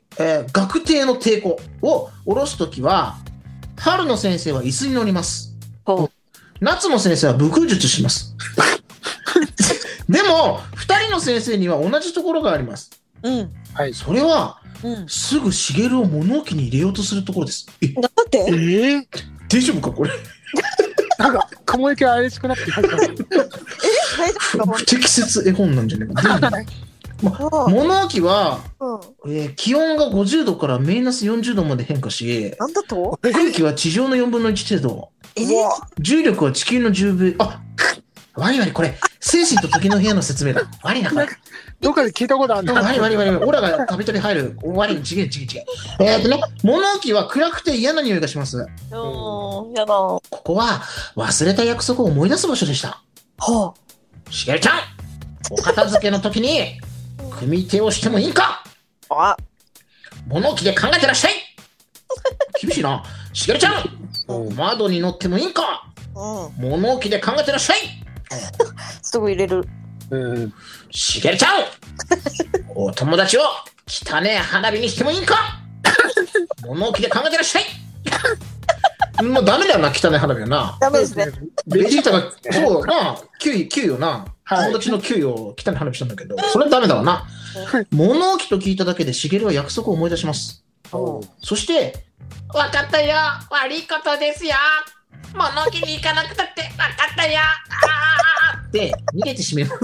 を下ろすときは、春の先生は椅子に乗ります。夏の先生は武空術します。でも、2人の先生には同じところがあります。それは、すぐ茂を物置に入れようとするところです。 だって大丈夫かこれ。 なんか雲行き怪しくなってきた。 大丈夫か不適切絵本なんじゃないか。物置は、気温が50度からマイナス40度まで変化し、 なんだと空気は地上の4分の1程度。重力は地球の10倍。ワリワリこれ、精神と時の部屋の説明だ。ワリな、これ。 どっかで聞いたことあるんだ。 ワリ。オラが食べ取り入る。ワリ、ちげえ。物置は暗くて嫌な匂いがします。 やだ。 ここは忘れた約束を思い出す場所でした。しげるちゃん、お片付けの時に、組手をしてもいいか？物置で考えてらっしゃい。厳しいな。しげるちゃん、窓に乗ってもいいか？物置で考えてらっしゃい。 すぐ入れる。 しげるちゃん、お友達を汚ねえ花火にしてもいいか？物置で考えてらっしゃい。もうダメだよな、汚い花火はな。 ダメですね。 ベジータが、そうな、給与な、友達の給与を汚い花火したんだけど、それはダメだわな。物置と聞いただけでしげるは約束を思い出します。そして、わかったよ、悪いことですよ。物置に行かなくたってわかったよ。って逃げてしまいます。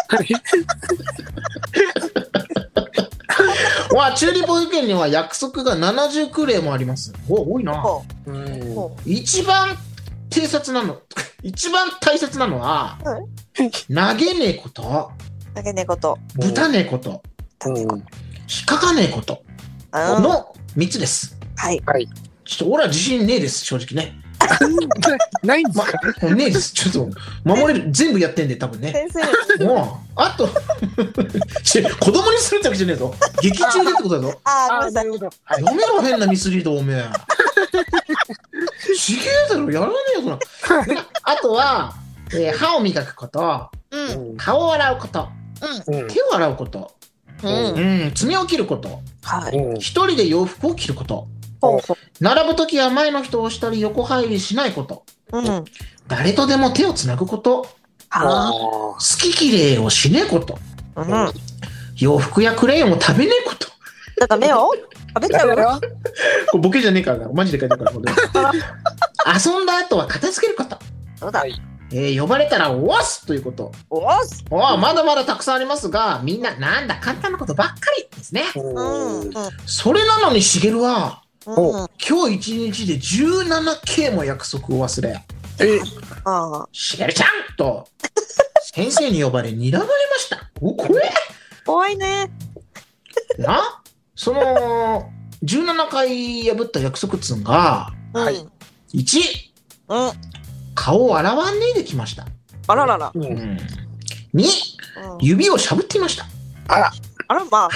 中立保育園には約束が79例もあります。多いな。一番大切なのは、投げねえこと、豚ねえこと、引っかかねえことの3つです。ちょっと俺は自信ねえです、正直ね。 ないんですか？ ねえです。ちょっと守れる、全部やってんで多分ね。もうあと子供にするってわけじゃねえぞ。劇中でってことだぞ。 なるほど。 やめろ、変なミスリードおめえ。ちげえだろ、やらねえよそら。あとは、歯を磨くこと、顔を洗うこと、手を洗うこと、爪を切ること、一人で洋服を着ること。並ぶときは前の人を押したり横入りしないこと、誰とでも手をつなぐこと、好き嫌いをしねえこと、洋服やクレヨンを食べねえこと。 ダメよ、食べちゃうよ。 これボケじゃねえからな、マジで書いてあるから遊んだ後は片付けること、呼ばれたらおわすということ。まだまだたくさんありますが、みんななんだ簡単なことばっかりですね。それなのにしげるは今日1日で 17K も約束を忘れ、しげるちゃんと先生に呼ばれ睨まれました。 怖いね。 その17回破った約束っつんが、1、顔を洗わんねえできました。2、指をしゃぶっていました。3、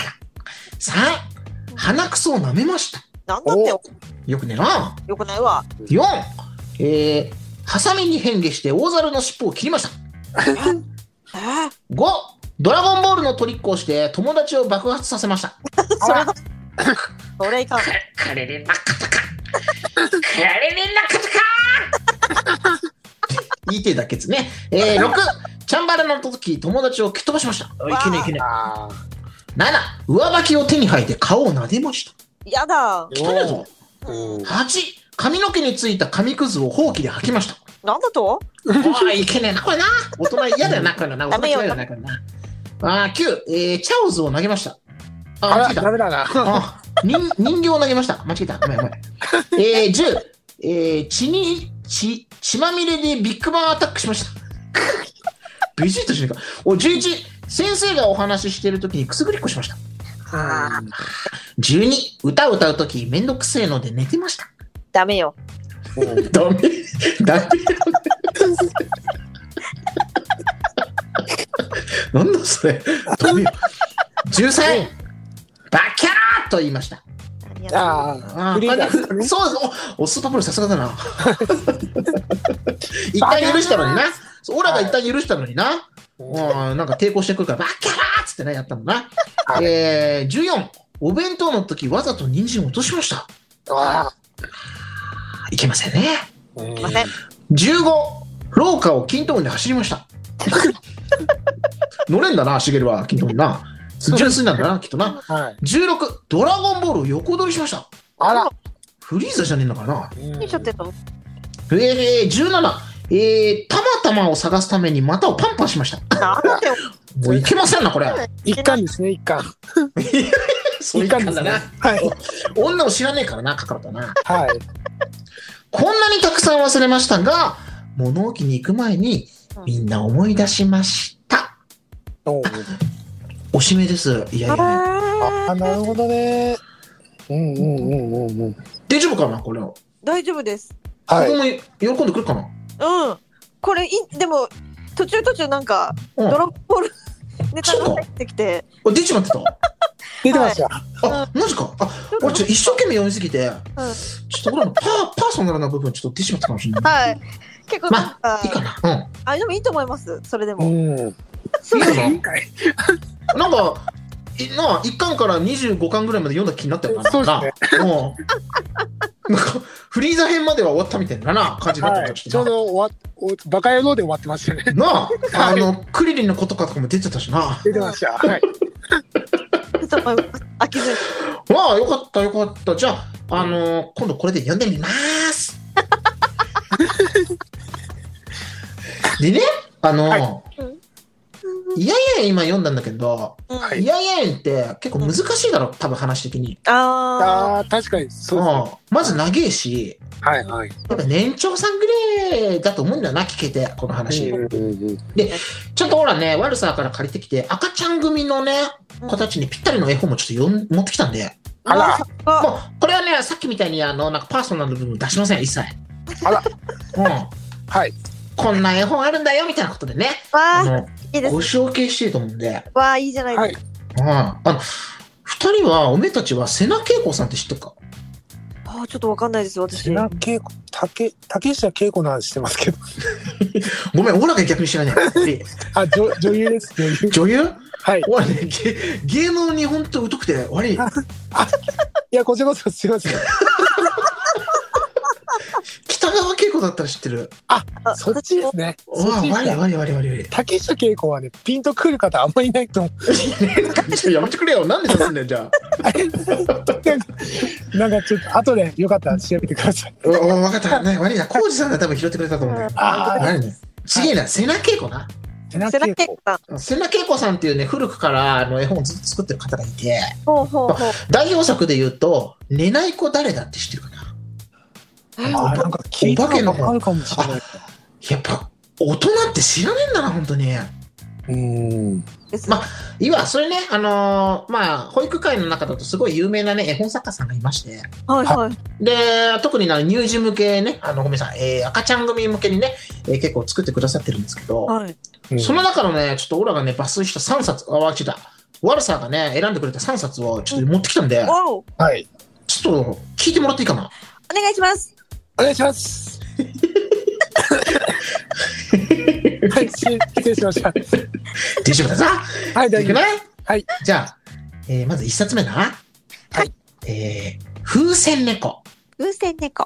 鼻くそを舐めました。 なんだってよくねえな。 よくないわ。 4、ハサミに変化して大猿の尻尾を切りました。5、ドラゴンボールのトリックをして友達を爆発させました。 それいかん。 クレレナカタカ言いてえだけですね。6、チャンバラの時友達を蹴っ飛ばしました。いけねえ。7、上履きを手に履いて顔を撫でました。 やだ。 汚ねえぞ。8、髪の毛についた紙くずをほうきで吐きました。 なんだと？ いけねえな、これな。大人嫌だよな、これな。大人嫌だよな、これな。9、チャオズを投げました。間違えた。 ダメだな。 人形を投げました。間違えた。ごめん。10、血まみれでビッグバンアタックしました。ビジッとしねえか。11、先生がお話ししているときにくすぐりっこしました。12、歌を歌うときめんどくせえので寝てました。 ダメよ。 ダメなんだそれ。ダメよ。13、バキャーと言いました。 やフリーザーねそうおスーパープロさすがだな。一旦許したのにな。オラが一旦許したのにな。なんか抵抗してくるから、バッキャーっつってね、やったのな。14、お弁当の時わざと人参を落としました。いけませんね。 すいません。 15、廊下を均等に走りました。乗れんだな、しげるは均等にな。純粋なんだな、きっとな。16、ドラゴンボールを横取りしました。 あら。 フリーザじゃねえのかな。 何しちゃってんの。 17、たまを探すために股をパンパンしました。 なんでよ。 もういけませんな、これ。 一巻ですね、一巻。 そういう感じだな。 はい。 女を知らねえからな、カカロだな。 はい。 こんなにたくさん忘れましたが、物置に行く前にみんな思い出しました。おしめです。いやいや。 なるほどね。 大丈夫かな、これ。 大丈夫です。 子供喜んでくるかな。 これでも途中なんかドラゴンボールネタが入ってきて。 出ちまってた。 出てました。 マジか。俺一生懸命読みすぎて、ちょっと俺のパーソナルな部分ちょっと出ちまったかもしれない。 はい。結構なんかいいかな。 でもいいと思います。それでも。 いいかな。なんか1巻から25巻ぐらいまで読んだ気になったよな。 そうですね。 なんかフリーザ編までは終わったみたいな感じになってた。 ちょうどバカ野郎で終わってましたね。 なあ、クリリンのことかとかも出てたしな。 出てました。はい。 飽きずに。 よかったよかった。じゃあ今度これで読んでみます。でね、イヤイヤ園今読んだんだけど、イヤイヤ園って結構難しいだろ、多分話的に。 確かにそうですね。 まず長えし、やっぱ年長さんぐらいだと思うんだよな、聞けてこの話。でちょっとほらね、ワルサーから借りてきて赤ちゃん組のね子たちにぴったりの絵本もちょっと持ってきたんで、もうこれはね、さっきみたいになんかパーソナル部分出しません、一切。こんな絵本あるんだよみたいなことでね、ご紹介してると思うんで。 いいじゃないですか。2人は、おめえたちは瀬名恵子さんって知ってるか。 ちょっとわかんないです、私。 瀬名恵子、竹下恵子なん知ってますけど。 ごめん、オラが逆に知らない。 女優です、 女優。 はい。 俺ね、芸能に本当疎くて悪い。いや、こちらこそすいません。 北川景子だったら知ってる。 そっちですね。 悪い。 竹下恵子はね、ピンとくる方あんまりいないと思う。 やめてくれよ。なんでそうすんだよ、じゃあ。なんかちょっと、後でよかったら調べてください。 わかった。ね、悪いな。浩二さんが多分拾ってくれたと思うんだけど。すげえな。瀬名恵子な。瀬名恵子さんっていうね、古くから絵本をずっと作ってる方がいて、代表作で言うと、寝ない子誰だって知ってるかな。 なんか聞いたことあるかもしれない。 やっぱ大人って知らねえんだな、本当に。それね、保育界の中だとすごい有名なね、絵本作家さんがいまして。で、特に乳児向けね、ごめんなさい、赤ちゃん組向けにね、結構作ってくださってるんですけど、その中のね、ちょっとオラがね、抜粋した3冊、ワルサーがね、選んでくれた3冊をちょっと持ってきたんで、ちょっと聞いてもらっていいかな。 お願いします。 お願いします。はい、失礼しました。 大丈夫だぞ。 はい、大丈夫。 はい。じゃあ、まず1冊目な。風船猫。 風船猫。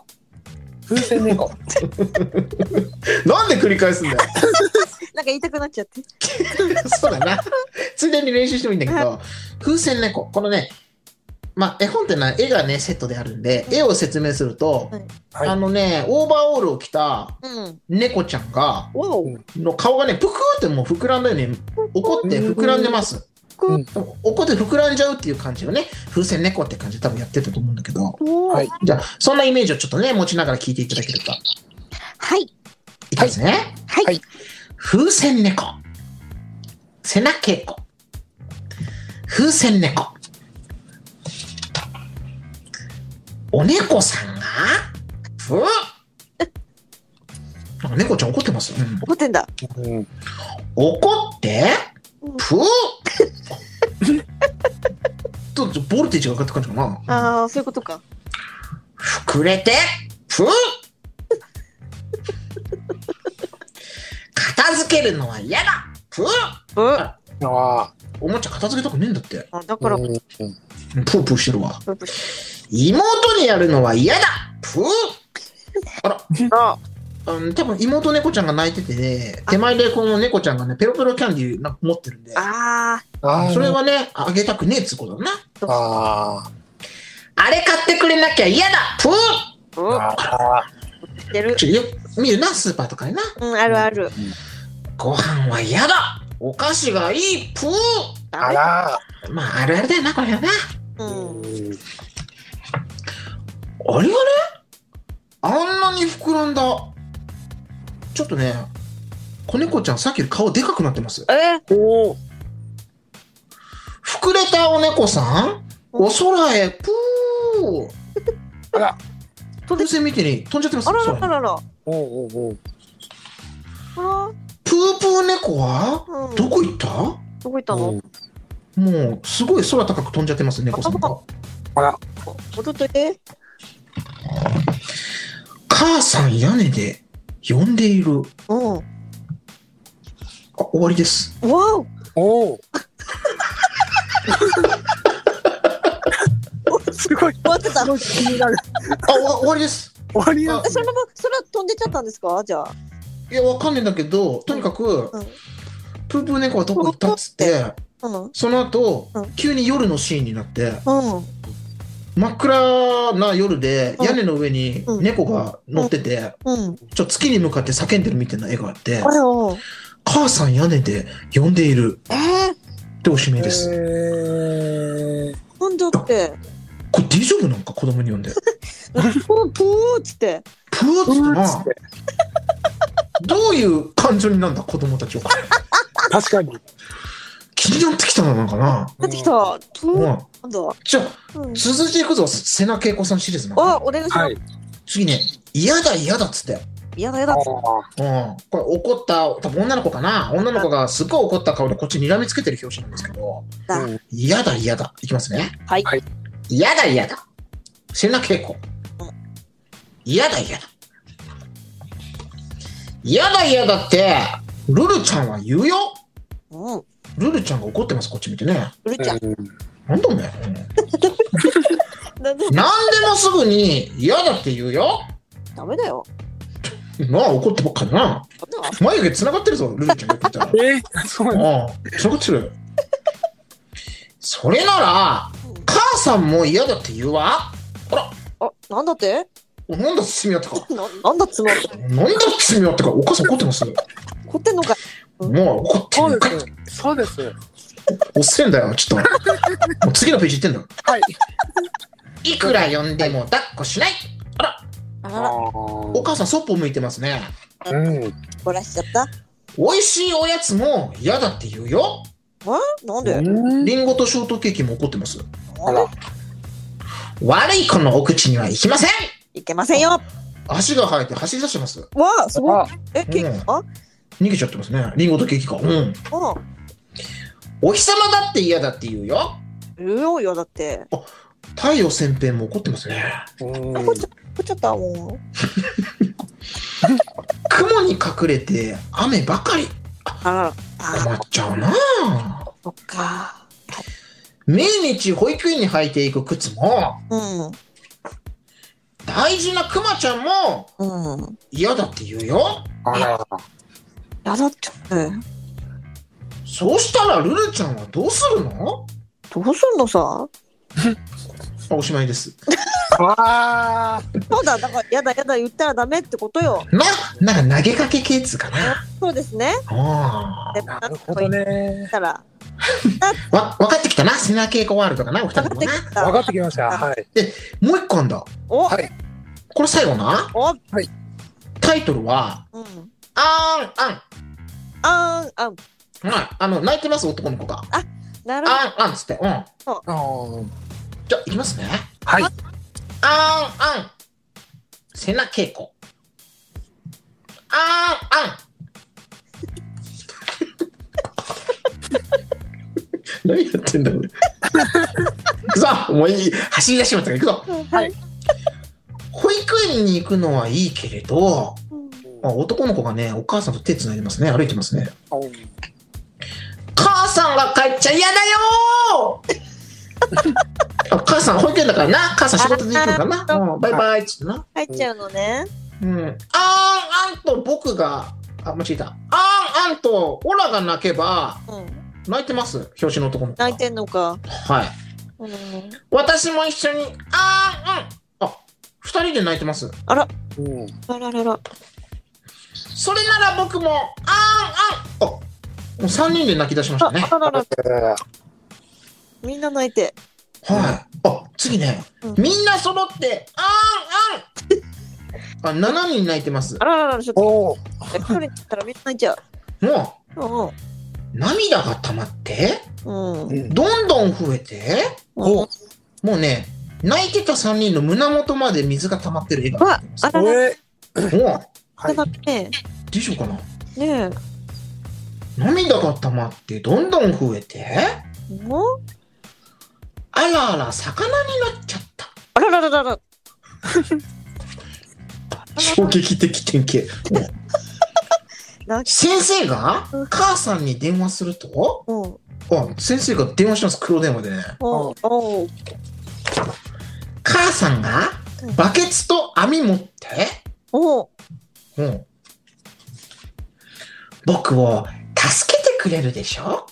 なんで繰り返すんだよ。 なんか言いたくなっちゃって。 そうだな。ついでに練習してもいいんだけど、風船猫。このね、絵本ってのは絵がねセットであるんで、絵を説明すると、オーバーオールを着た猫ちゃんが、の顔がねぷくってもう膨らんだよね。怒って膨らんでます。怒って膨らんじゃうっていう感じをね、風船猫って感じで多分やってたと思うんだけど、じゃあそんなイメージをちょっとね持ちながら聞いていただけると。いきますね。風船猫、瀬名恵子。風船猫。お猫さんがなんか猫ちゃん怒ってます。 怒ってんだ。 怒ってとボルテージが上がってくるんじゃないかな。 ああ、そういうことか。 膨れて、ふう片付けるのは嫌だ、ふうああ。 おもちゃ片付けたくねえんだって。 あ、だから、 うんプープーしてるわ。 妹にやるのは嫌だ、ふうあら、 あ、 多分妹猫ちゃんが泣いててね、手前でこの猫ちゃんがね、ペロペロキャンディーなんか持ってるんで、 あああ。 それはね、あげたくねえっつうことだな。 ああ。 あれ買ってくれなきゃ嫌だ、ふうあ、 ああ。 出る。 よ見るな、スーパーとかでな。 うん、あるある。 ご飯は嫌だ、お菓子がいい、ふうあら。 まあ、あるあるだよな、これはな。 うん。 あれがね、あんなに膨らんだ。ちょっとね、子猫ちゃんさっきより顔でかくなってます。 おお。 膨れたお猫さん、お空へ、プー。 あら。 風船見てに飛んじゃってます。 あらら空にららら。 おおお。 あプープー猫は、 ら、うん、 どこ行った？ どこ行ったの？ もうすごい空高く飛んじゃってます猫さんが。 あら。 戻っといて。 母さん屋根で呼んでいる。 うん。 あ、終わりです。 わお。 おお。すごい。 終わってた。 気になる。 あ、終わりです。 終わりな。 そのまま空飛んでっちゃったんですか？じゃあ。 いや、わかんねえんだけど、とにかく、 うんプープー猫はどこ行ったっつって、 うん。 その後、 うん急に夜のシーンになって、 うん。 真っ暗な夜でうん屋根の上にうん猫が乗ってて、 うん。 月に向かって叫んでるみたいな絵があって、 あれを。 母さん屋根で呼んでいるっておしめです。 なんだって。 これ大丈夫なんか、子供に呼んで。 プープーっつって。 プーっつってな、どういう感情になんだ、子供たちは。 確かに。 気になってきたのなんかな。 帰ってきた。プー。 うん。 なんだ。 じゃあ、 うん。 続いていくぞ、瀬名恵子さんシリーズな。 あ、お願いします。 はい。 次ね、嫌だ嫌だっつって。 やだやだ。 あうん。これ怒った、多分女の子かな。女の子がすっごい怒った顔でこっちに睨みつけてる表紙なんですけど、 だうん嫌だ嫌だ。いきますね。 はい。 はい嫌だ嫌だ、 瀬名恵子。 嫌だ嫌だ、 嫌だ嫌だって、ルルちゃんは言うよ。 うん。 ルルちゃんが怒ってます、こっち見てね。 うるちゃん。 なんだおめえ。 なんでなんでもすぐに嫌だって言うよ。 ダメだよ。 なあ、怒ってばっかりな。 ダメだ眉毛繋がってるぞ、ルルちゃんが言ってたら。 そうなんだ。 ああ、繋がってる。それなら、母さんも嫌だって言うわ。あら、 あ、なんだってなんだ包み合ってか。 なんだつまって。 なんだ包み合ってか。お母さん怒ってます。 怒ってんのか。 もう怒ってそんのか。 うです。そうです。 おっせんだよ、ちょっと。もう次のページ行ってんだよ。 はい。 いくら呼んでも抱っこしない、 あらら、 お母さんそっぽ向いてますね。 うん。 怒らしちゃった。 美味しいおやつも嫌だって言うよ。 なんでリンゴとショートケーキも怒ってます。 あら。 悪い子のお口には行きません。 いけませんよ。 足が生えて走り出してます。 わあ、すごい。 あケーキあ逃げちゃってますね。リンゴとケーキか。うん。 あお日様だって嫌だって言うよ。 言うよよ、だって。 太陽旋風も怒ってますね。 うん。 怒っちゃったも雲に隠れて雨ばかり。 ん。あら困っちゃうな。 そっか。 毎日保育園に履いていく靴も、 うん。 大事なクマちゃんもうん。 嫌だって言うよ。 あら。 やだって。 そうしたらルルちゃんはどうするの？ どうすんのさ。 おしまいです。 ああ。 そうだ、だからやだやだ言ったらダメってことよ。 なんか投げかけ系っつうかな。 そうですね。 あでなるほどね。 言ったら。 あ。分かってきたな。瀬名恵子ワールドかな、お二人ともな。 分かってきました。はい。 もう一個あんだ。 お、 はい。 これ最後な。 お、 タイトルは、 うん。 あーん、あん。 あん。 はい。泣いてます、男の子が。 なるほあん、あんっつって。うん。 あーじゃあ、いきますね。 はい。 あん、あん。瀬名恵子。あん、あん。何やってんだ、俺。 くぞもういい。走り出しまったから行くぞ。 はい。 保育園に行くのはいいけれど、男の子がね、お母さんと手つないでますね。歩いてますね。母さんが帰っちゃ嫌だよー母さん保育園だからな。母さん仕事で行くのかな。バイバイっつってな。 帰っちゃうのね。 あんと僕が、間違えた。あんとオラが泣けば、泣いてます。表紙の男の子。 泣いてんのか。 はい。私も一緒に、二人で泣いてます。 あら。あららら。 それなら僕も、もう3人で泣き出しましたね。 あらら。みんな泣いて。 はい。次ね、みんな揃って、7人泣いてます。 あららら、ちょっと。1人だったらみんな泣いちゃう。 もう、涙が溜まって、どんどん増えて、もうね、泣いてた3人の胸元まで水が溜まってる絵がわ、あらら。 もう、でしょうかな。 ねえ。 涙が溜まってどんどん増えて、あらあら魚になっちゃった。 あららららら。 衝撃的典型。先生が母さんに電話すると、先生が電話します。黒電話でね。母さんがバケツと網持って、僕を助けてくれるでしょ。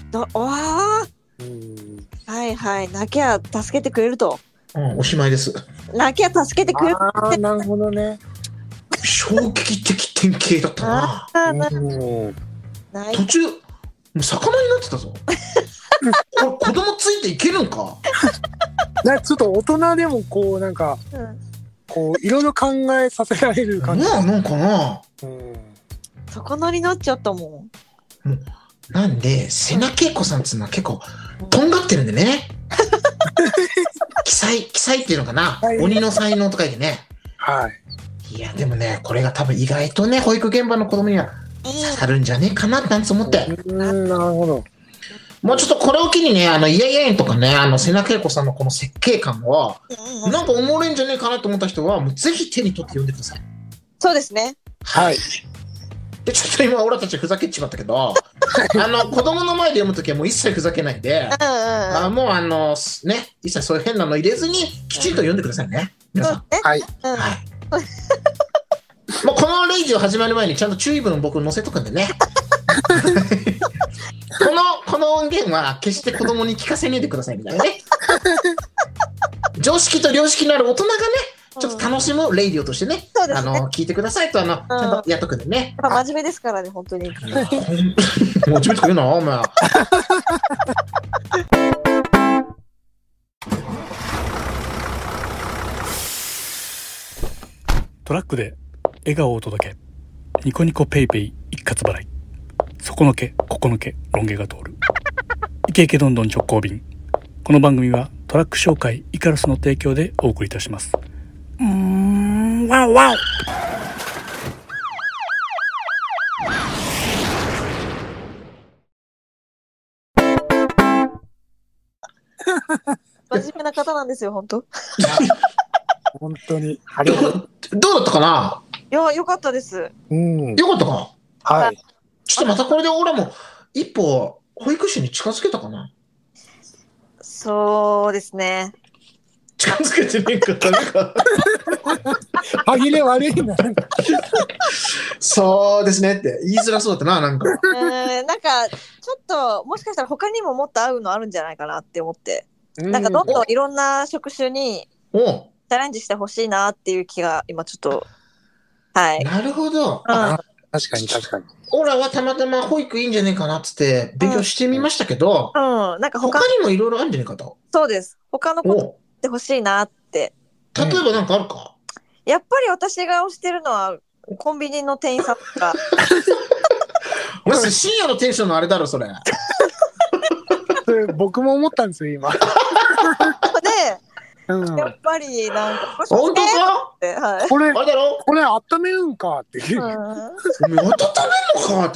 はいはい、泣きゃ助けてくれると。 おしまいです。 泣きゃ助けてくれるって。 なるほどね。 衝撃的典型だったな。途中、もう魚になってたぞ。これ子供ついていけるんか。 ちょっと大人でもこうなんか、こういろいろ考えさせられる感じ。 なんかな。 魚になっちゃったもん。 なんで瀬名恵子さんっていうのは結構とんがってるんでね。奇才っていうのかな。鬼の才能と書いてね。 はい。 いやでもね、これが多分意外とね、保育現場の子供には刺さるんじゃねえかななんて思って。 なるほど。 もうちょっとこれを機にね、イエイエイとかね、瀬名恵子さんのこの設計感を、なんかおもれんじゃねえかなと思った人は、もうぜひ手に取って読んでください。 そうですね。 はい。 で、ちょっと今、俺たちふざけっちまったけど、子供の前で読むときはもう一切ふざけないんで、もうね、一切そういう変なの入れずに、きちんと読んでくださいね。皆さん。はい。もうこのレイジを始まる前にちゃんと注意文僕載せとくんでね。この音源は決して子供に聞かせないでくださいみたいなね。常識と良識のある大人がね、ちょっと楽しむレイディオとしてね、聞いてくださいとちゃんとやっとくんでね。 真面目ですからね、本当に。 真面目とか言うな、お前。 トラックで笑顔を届け、ニコニコペイペイ一括払い、そこのけここのけロン毛が通る、イケイケどんどん直行便。この番組はトラック紹介イカロスの提供でお送りいたします。ワオワオ。 真面目な方なんですよ、本当。 本当に。 どうだったかな。 いや、良かったです。 よかったか。 はい。 ちょっとまたこれで俺も一歩保育士に近づけたかな。 そうですね。 近づけてねえかなんか。 歯切れ悪いな。 そうですねって言いづらそうだったな、なんか。 なんかちょっともしかしたら他にももっと合うのあるんじゃないかなって思って、なんかどんどんいろんな職種にチャレンジしてほしいなっていう気が今ちょっと。はい。 なるほど。 確かに確かに。 オラはたまたま保育いいんじゃねえかなっつって勉強してみましたけど、 なんか他にもいろいろあるんじゃねえかと。 そうです。他のことってほしいなって。 例えばなんかあるか。 やっぱり私が推してるのはコンビニの店員さんとか。 まず深夜のテンションのあれだろそれ。 僕も思ったんですよ今。 やっぱりなんか本当か？ これあれだろ？ これ温めるんかっていう。 温めんのかって。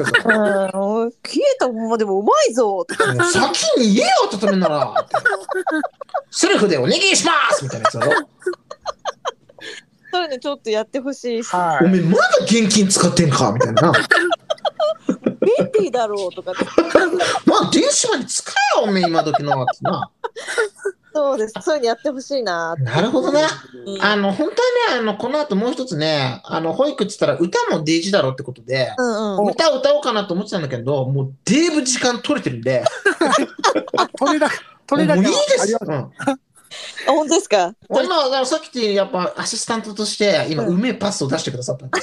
消えたままでもうまいぞって。 先に言えよ温めんなら。 セルフでお願いしますみたいなやつだろ。 そういうのちょっとやってほしいし。 はい。 おめえまだ現金使ってんかみたいな。 便利だろうとか。 まあ電子マネー使えよおめえ今時のってな。 そうです。そういうのやってほしいな。 なるほどね。 うん、 本当はね、この後もう一つね、保育って言ったら歌も大事だろうってことで、 うんうん、 歌を歌おうかなと思ってたんだけど、もうだいぶ時間取れてるんで。 取れだけ。 もういいです。 あ、本当ですか。 今、さっきってやっぱアシスタントとして、今、うめえパスを出してくださったんで。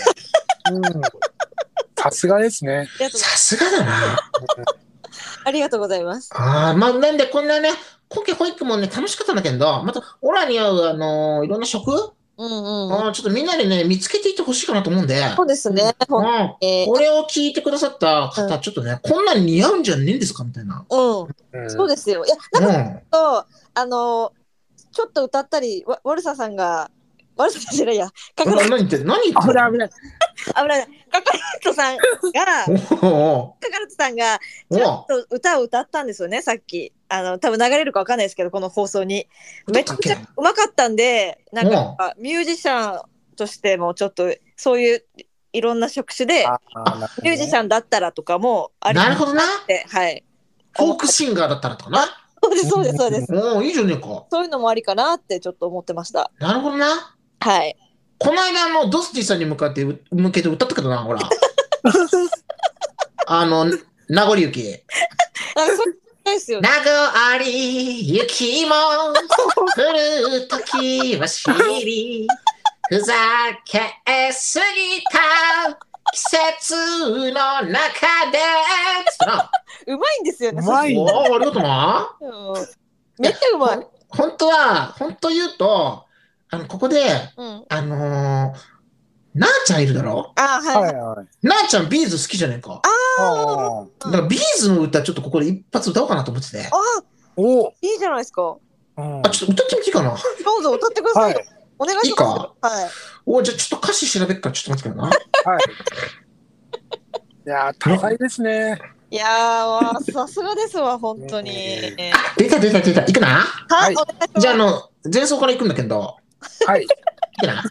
さすがですね。 さすがだな。 ありがとうございます。 まあ、なんでこんなね、今期保育もね、楽しかったんだけど、また、オラに合う、いろんな職、ちょっとみんなでね、見つけていってほしいかなと思うんで。 そうですね。 これを聞いてくださった方、ちょっとね、こんなん似合うんじゃねえんですかみたいな。 そうですよ。いや、なんか、ちょっと歌ったり、ワルサさんが、ワルサさんじゃないや、 何言ってんの？ 危ない。カカロットさんが、ちょっと歌を歌ったんですよね、さっき。多分流れるかわかんないですけど、この放送に。めちゃくちゃうまかったんで、なんか、ミュージシャンとしても、ちょっと、そういう、いろんな職種で、ミュージシャンだったらとかもありますって。 なるほどな。 はい。 フォークシンガーだったらとかな。 そうです。 いいじゃねえか。 そういうのもありかなってちょっと思ってました。 なるほどな。 はい。 この間ドスティさんに向けて歌ったけどな、ほら。名残雪。名残雪も降るときは知り、ふざけすぎた季節の中で。 うまいんですよね。 うまい。 ありがとうな。 めっちゃうまい。 本当言うと、ここで、なあちゃんいるだろ？なあちゃんビーズ好きじゃねえか。だからビーズの歌ちょっとここで一発歌おうかなと思ってて。 いいじゃないですか。 ちょっと歌ってみていいかな。どうぞ歌ってください。お願いします。いいか。 じゃあちょっと歌詞調べっからちょっと待ってくれな。 いやー、高いですね。 いやー、さすがですわ、本当に。 出た。いくな。 はい。 じゃあ、前奏からいくんだけど。 はい。 いくな。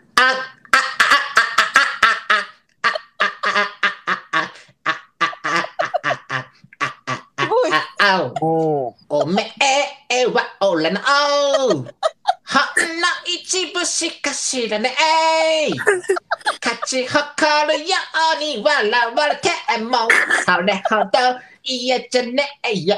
おめえは俺のほんの一部しか知らねえ。勝ち誇るように笑われてもそれほど嫌じゃねえよ。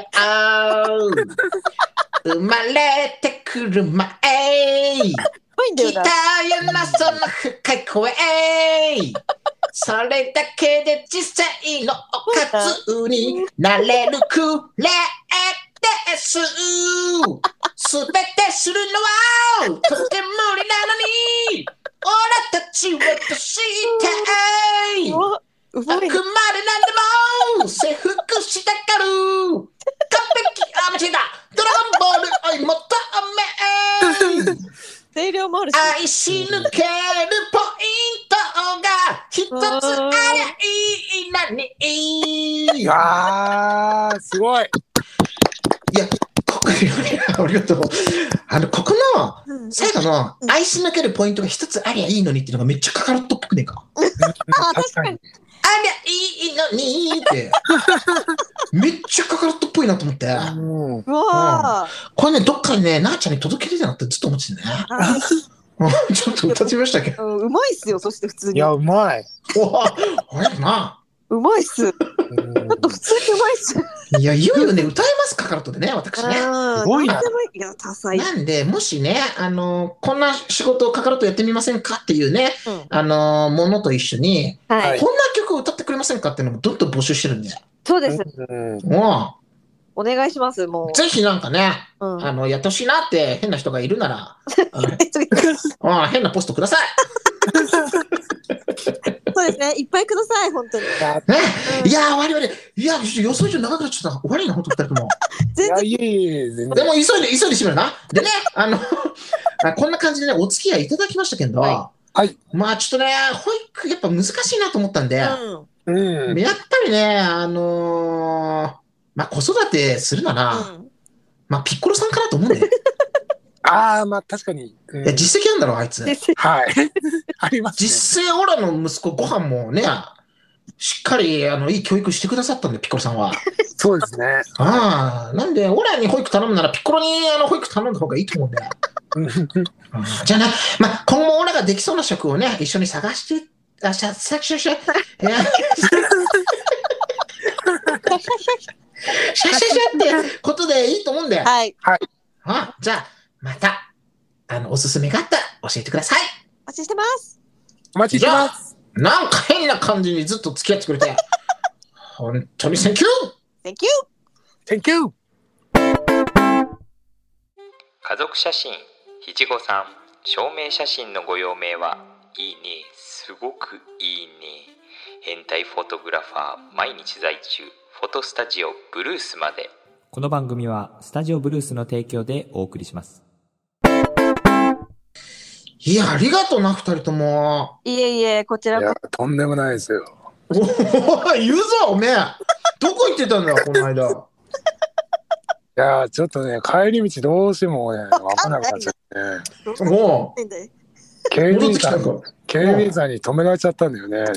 生まれてくる前聞いたよなその深い声。それだけで実際のおかずになれるくれです。すべてするのはとても無理なのに俺たちはどうしてあくまで何でも征服したがる。完璧間違えた。ドラゴンボール追い求め声量もあるし愛し抜けるポイントが一つありゃいいなに。 いやー、すごい。 いや、ありがとう。ここの最後の愛し抜けるポイントが一つありゃいいのにっていうのがめっちゃカカロットっぽくねえか。 確かに。 ありゃいいのにってめっちゃカカロットっぽいなと思って。これね、どっかにね、なあちゃんに届けれたなってずっと思っててね。ちょっと歌ってみましたけど。 うまいっすよ、そして普通に。 いや、うまい。 あれな。 うまいっす。ちょっと普通にうまいっす。 いや、いよいよね、歌えますカカロットでね、私ね。 すごいな。 なんで、もしね、こんな仕事をカカロットやってみませんかっていうね、ものと一緒に、こんな曲を歌ってくれませんかっていうのもどんどん募集してるんで。 そうです。お願いします、もう。 ぜひなんかね、やってほしいなって変な人がいるなら、変なポストください。 そうですね、いっぱいください、本当に。 いや、我々、予想以上長くなっちゃった。悪いな、本当二人とも。 全然。 でも、急いで締めるな。でね、こんな感じでね、お付き合いいただきましたけど、まあ、ちょっとね、保育、やっぱ難しいなと思ったんで、やっぱりね、まあ、子育てするなら、まあ、ピッコロさんかなと思うんで。 ああ、まあ確かに。 いや、実績あるんだろ、あいつ。 はい。ありますね。 実際、オラの息子、ご飯もね、しっかり、いい教育してくださったんで、ピッコロさんは。 そうですね。 ああ、なんで、オラに保育頼むなら、ピッコロに保育頼んだ方がいいと思うんだよ。じゃあな、まあ、今後、オラができそうな職をね、一緒に探して、シャってことでいいと思うんだよ。 はい。 じゃあ、また、おすすめがあったら教えてください。 お待ちしてます。 お待ちしてます。 なんか変な感じにずっと付き合ってくれて、本当にセンキュー。 Thank you。 家族写真、ひじごさん、証明写真のご用命はいいね、すごくいいね。変態フォトグラファー、毎日在中、フォトスタジオブルースまで。 この番組はスタジオブルースの提供でお送りします。 いや、ありがとうな、二人とも。 いえいえ、こちらこそ。 とんでもないですよ。 おい、言うぞ、おめえ。どこ行ってたんだよ、この間。 いや、ちょっとね、帰り道どうしてもね、わからなくなっちゃってね。 もう、 警備員さんに止められちゃったんだよね。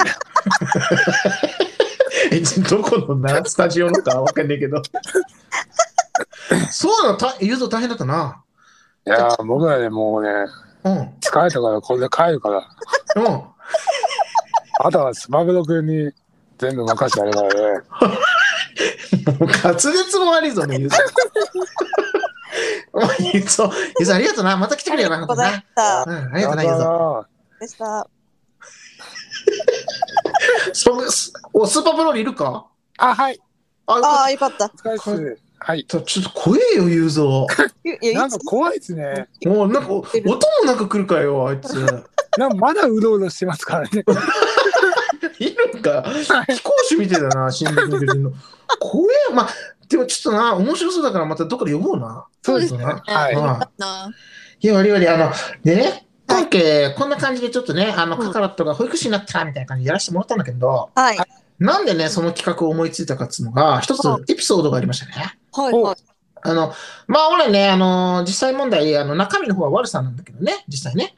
どこのな、スタジオのかわかんないけど。そうだ、言うぞ、大変だったな。 いや、僕らね、もうね、疲れたからこれで帰るから。あとはスマブロ君に全部任せてあれからね。 もう滑舌も悪いぞね、ゆうぞ。ゆうぞ、ありがとうな。また来てくれよな。 ありがとうございました。 ありがとうな、ゆうぞ。 でした。 スーパープロールいるか？ はい。 よかった。 はい。 ちょっと怖えよ、ゆうぞ。 なんか怖いですね。 もうなんか、音もなく来るかよ、あいつ。 なんかまだうろうろしてますからね。 いるんか。飛行士みたいだな、新宿の。怖え。まあ、でもちょっとな、面白そうだからまたどっかで呼ぼうな。 そうですね。はい。 いや、我々、でね、今回、こんな感じでちょっとね、カカロットが保育士になったみたいな感じでやらせてもらったんだけど、なんでね、その企画を思いついたかっていうのが、一つエピソードがありましたね。まあ、俺ね、実際問題、中身の方は悪さなんだけどね、実際ね。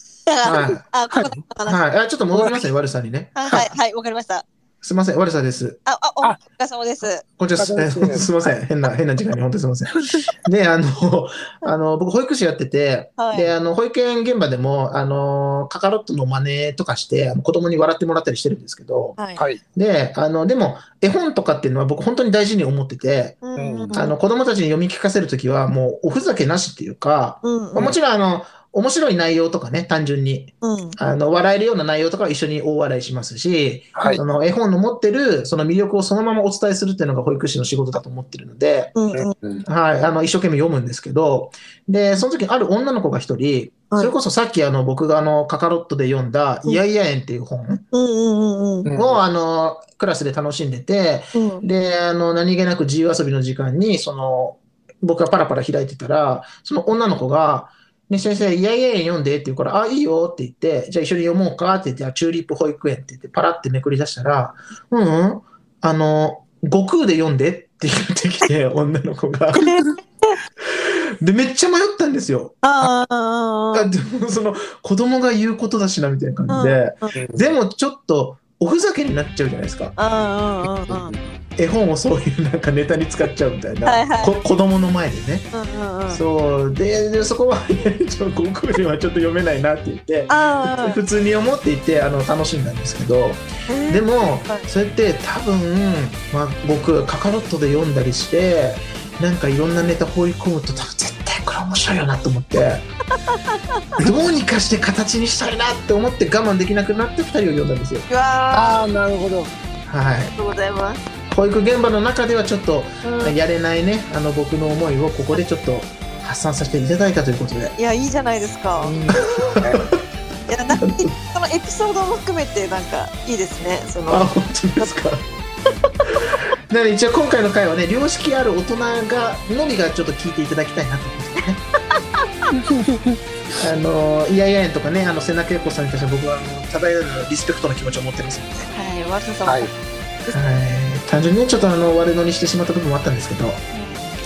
はい。ちょっと戻りますね、悪さにね。 はい、わかりました。 すみません、悪さです。 お疲れ様です。 こんにちは。すみません、変な時間に本当にすみません。で、僕、保育士やってて、で、保育園現場でも、カカロットの真似とかして、子供に笑ってもらったりしてるんですけど、で、でも、絵本とかっていうのは僕、本当に大事に思ってて、子供たちに読み聞かせるときは、もう、おふざけなしっていうか、もちろん、面白い内容とかね、単純に、笑えるような内容とかは一緒に大笑いしますし、絵本の持ってるその魅力をそのままお伝えするっていうのが保育士の仕事だと思ってるので、一生懸命読むんですけど、で、その時ある女の子が一人、それこそさっき僕がカカロットで読んだイヤイヤ園っていう本をクラスで楽しんでて、で、何気なく自由遊びの時間に、僕がパラパラ開いてたら、その女の子が、ね、先生、いやいや読んでって言うから、いいよって言って、じゃあ一緒に読もうかって言って、チューリップ保育園って言って、パラってめくり出したら、悟空で読んでって言ってきて、女の子が。で、めっちゃ迷ったんですよ。でも子供が言うことだしな、みたいな感じで。でもちょっと、おふざけになっちゃうじゃないですか。絵本をそういうなんかネタに使っちゃうみたいな、子供の前でね。そうでそこは悟空にはちょっと読めないなって言って普通に思っていて楽しんだんですけど、でもそれって多分、僕カカロットで読んだりしてなんかいろんなネタ放り込むと多分絶対これ面白いよなと思ってどうにかして形にしたいなって思って我慢できなくなって2人を読んだんですよ。 なるほど。 ありがとうございます。 保育現場の中ではちょっとやれないね、僕の思いをここでちょっと発散させていただいたということで。 いや、いいじゃないですか。いや、なんかそのエピソードも含めてなんかいいですね。 本当ですか。なので一応今回の回はね、良識ある大人がのみがちょっと聞いていただきたいなと思ってね。いやいや園とかね、瀬名恵子さんに対して僕は漂うリスペクトの気持ちを持ってますので。 わざわざ。 単純にね、ちょっと悪乗りしてしまった部分もあったんですけど、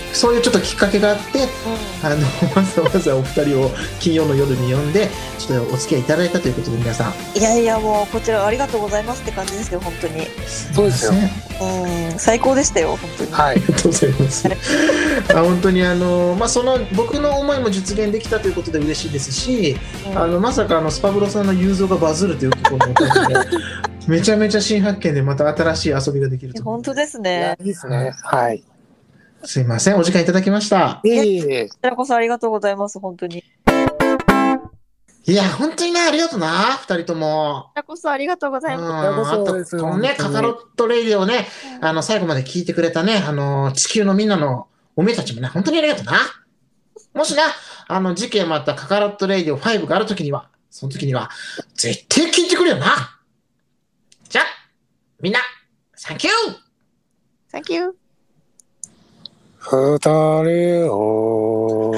そういうちょっときっかけがあって、わざわざお二人を金曜の夜に呼んでちょっとお付き合いいただいたということで、皆さんいやいや、もうこちらありがとうございますって感じですよ、本当に。 そうですよ、 最高でしたよ、本当に。 ありがとうございます本当にその僕の思いも実現できたということで嬉しいですし、まさかスパブロさんの雄三がバズるということを思ったのでめちゃめちゃ新発見で、また新しい遊びができると。 本当ですね。 いいですね。はい。 すいません、お時間いただきました。 こちらこそありがとうございます、本当に。 いや、本当にね、ありがとうな、二人とも。 こちらこそありがとうございます。 あと、このね、カカロットレイディをね、最後まで聞いてくれたね、地球のみんなのおめえたちもね、本当にありがとうな。もしな、次回またカカロットレイディオ5があるときには、その時には、絶対聞いてくれよな。じゃあ、みんな、サンキューサンキュー。 二人を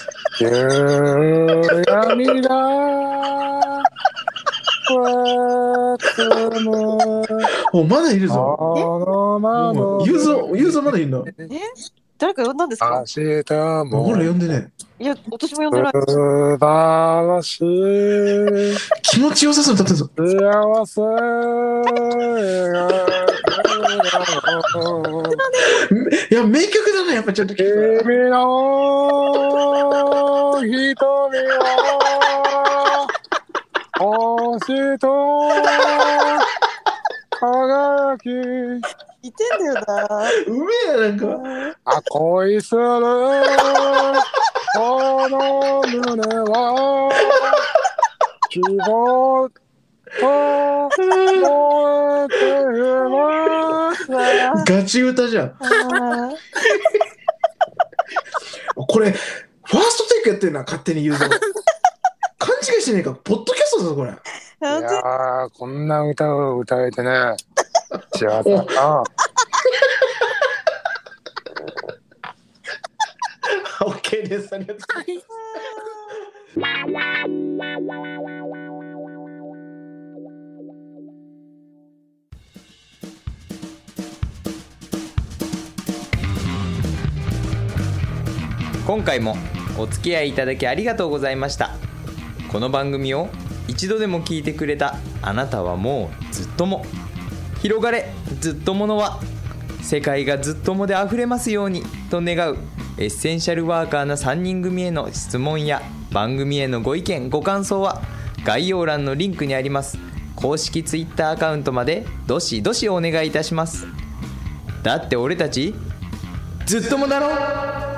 夕闇がまだいるぞ。ユーザーまだいるの？ 誰か呼んだんですか？ ほら呼んでね。 いや、私も呼んでない。 素晴らしい。 気持ちよさそうに歌ってるぞ。 幸せ。 いや、名曲だね、やっぱちょっと。 君の瞳は星と輝き。 いてんだよな。 うめえな、なんか。 恋するこの胸は希望と燃えています。 ガチ歌じゃん。これ、ファーストテイクやってるな、勝手に言うぞ。勘違いしてねえか、ポッドキャストだぞ、これ。いやー、こんな歌を歌えてね、幸せだな。 OK です。ありがとうございます。 今回もお付き合いいただきありがとうございました。この番組を一度でも聞いてくれたあなたはもうずっとも。広がれずっとものは、世界がずっともであふれますようにと願うエッセンシャルワーカーな3人組への質問や番組へのご意見ご感想は概要欄のリンクにあります公式 Twitter アカウントまでどしどしお願いいたします。だって俺たちずっともだろ。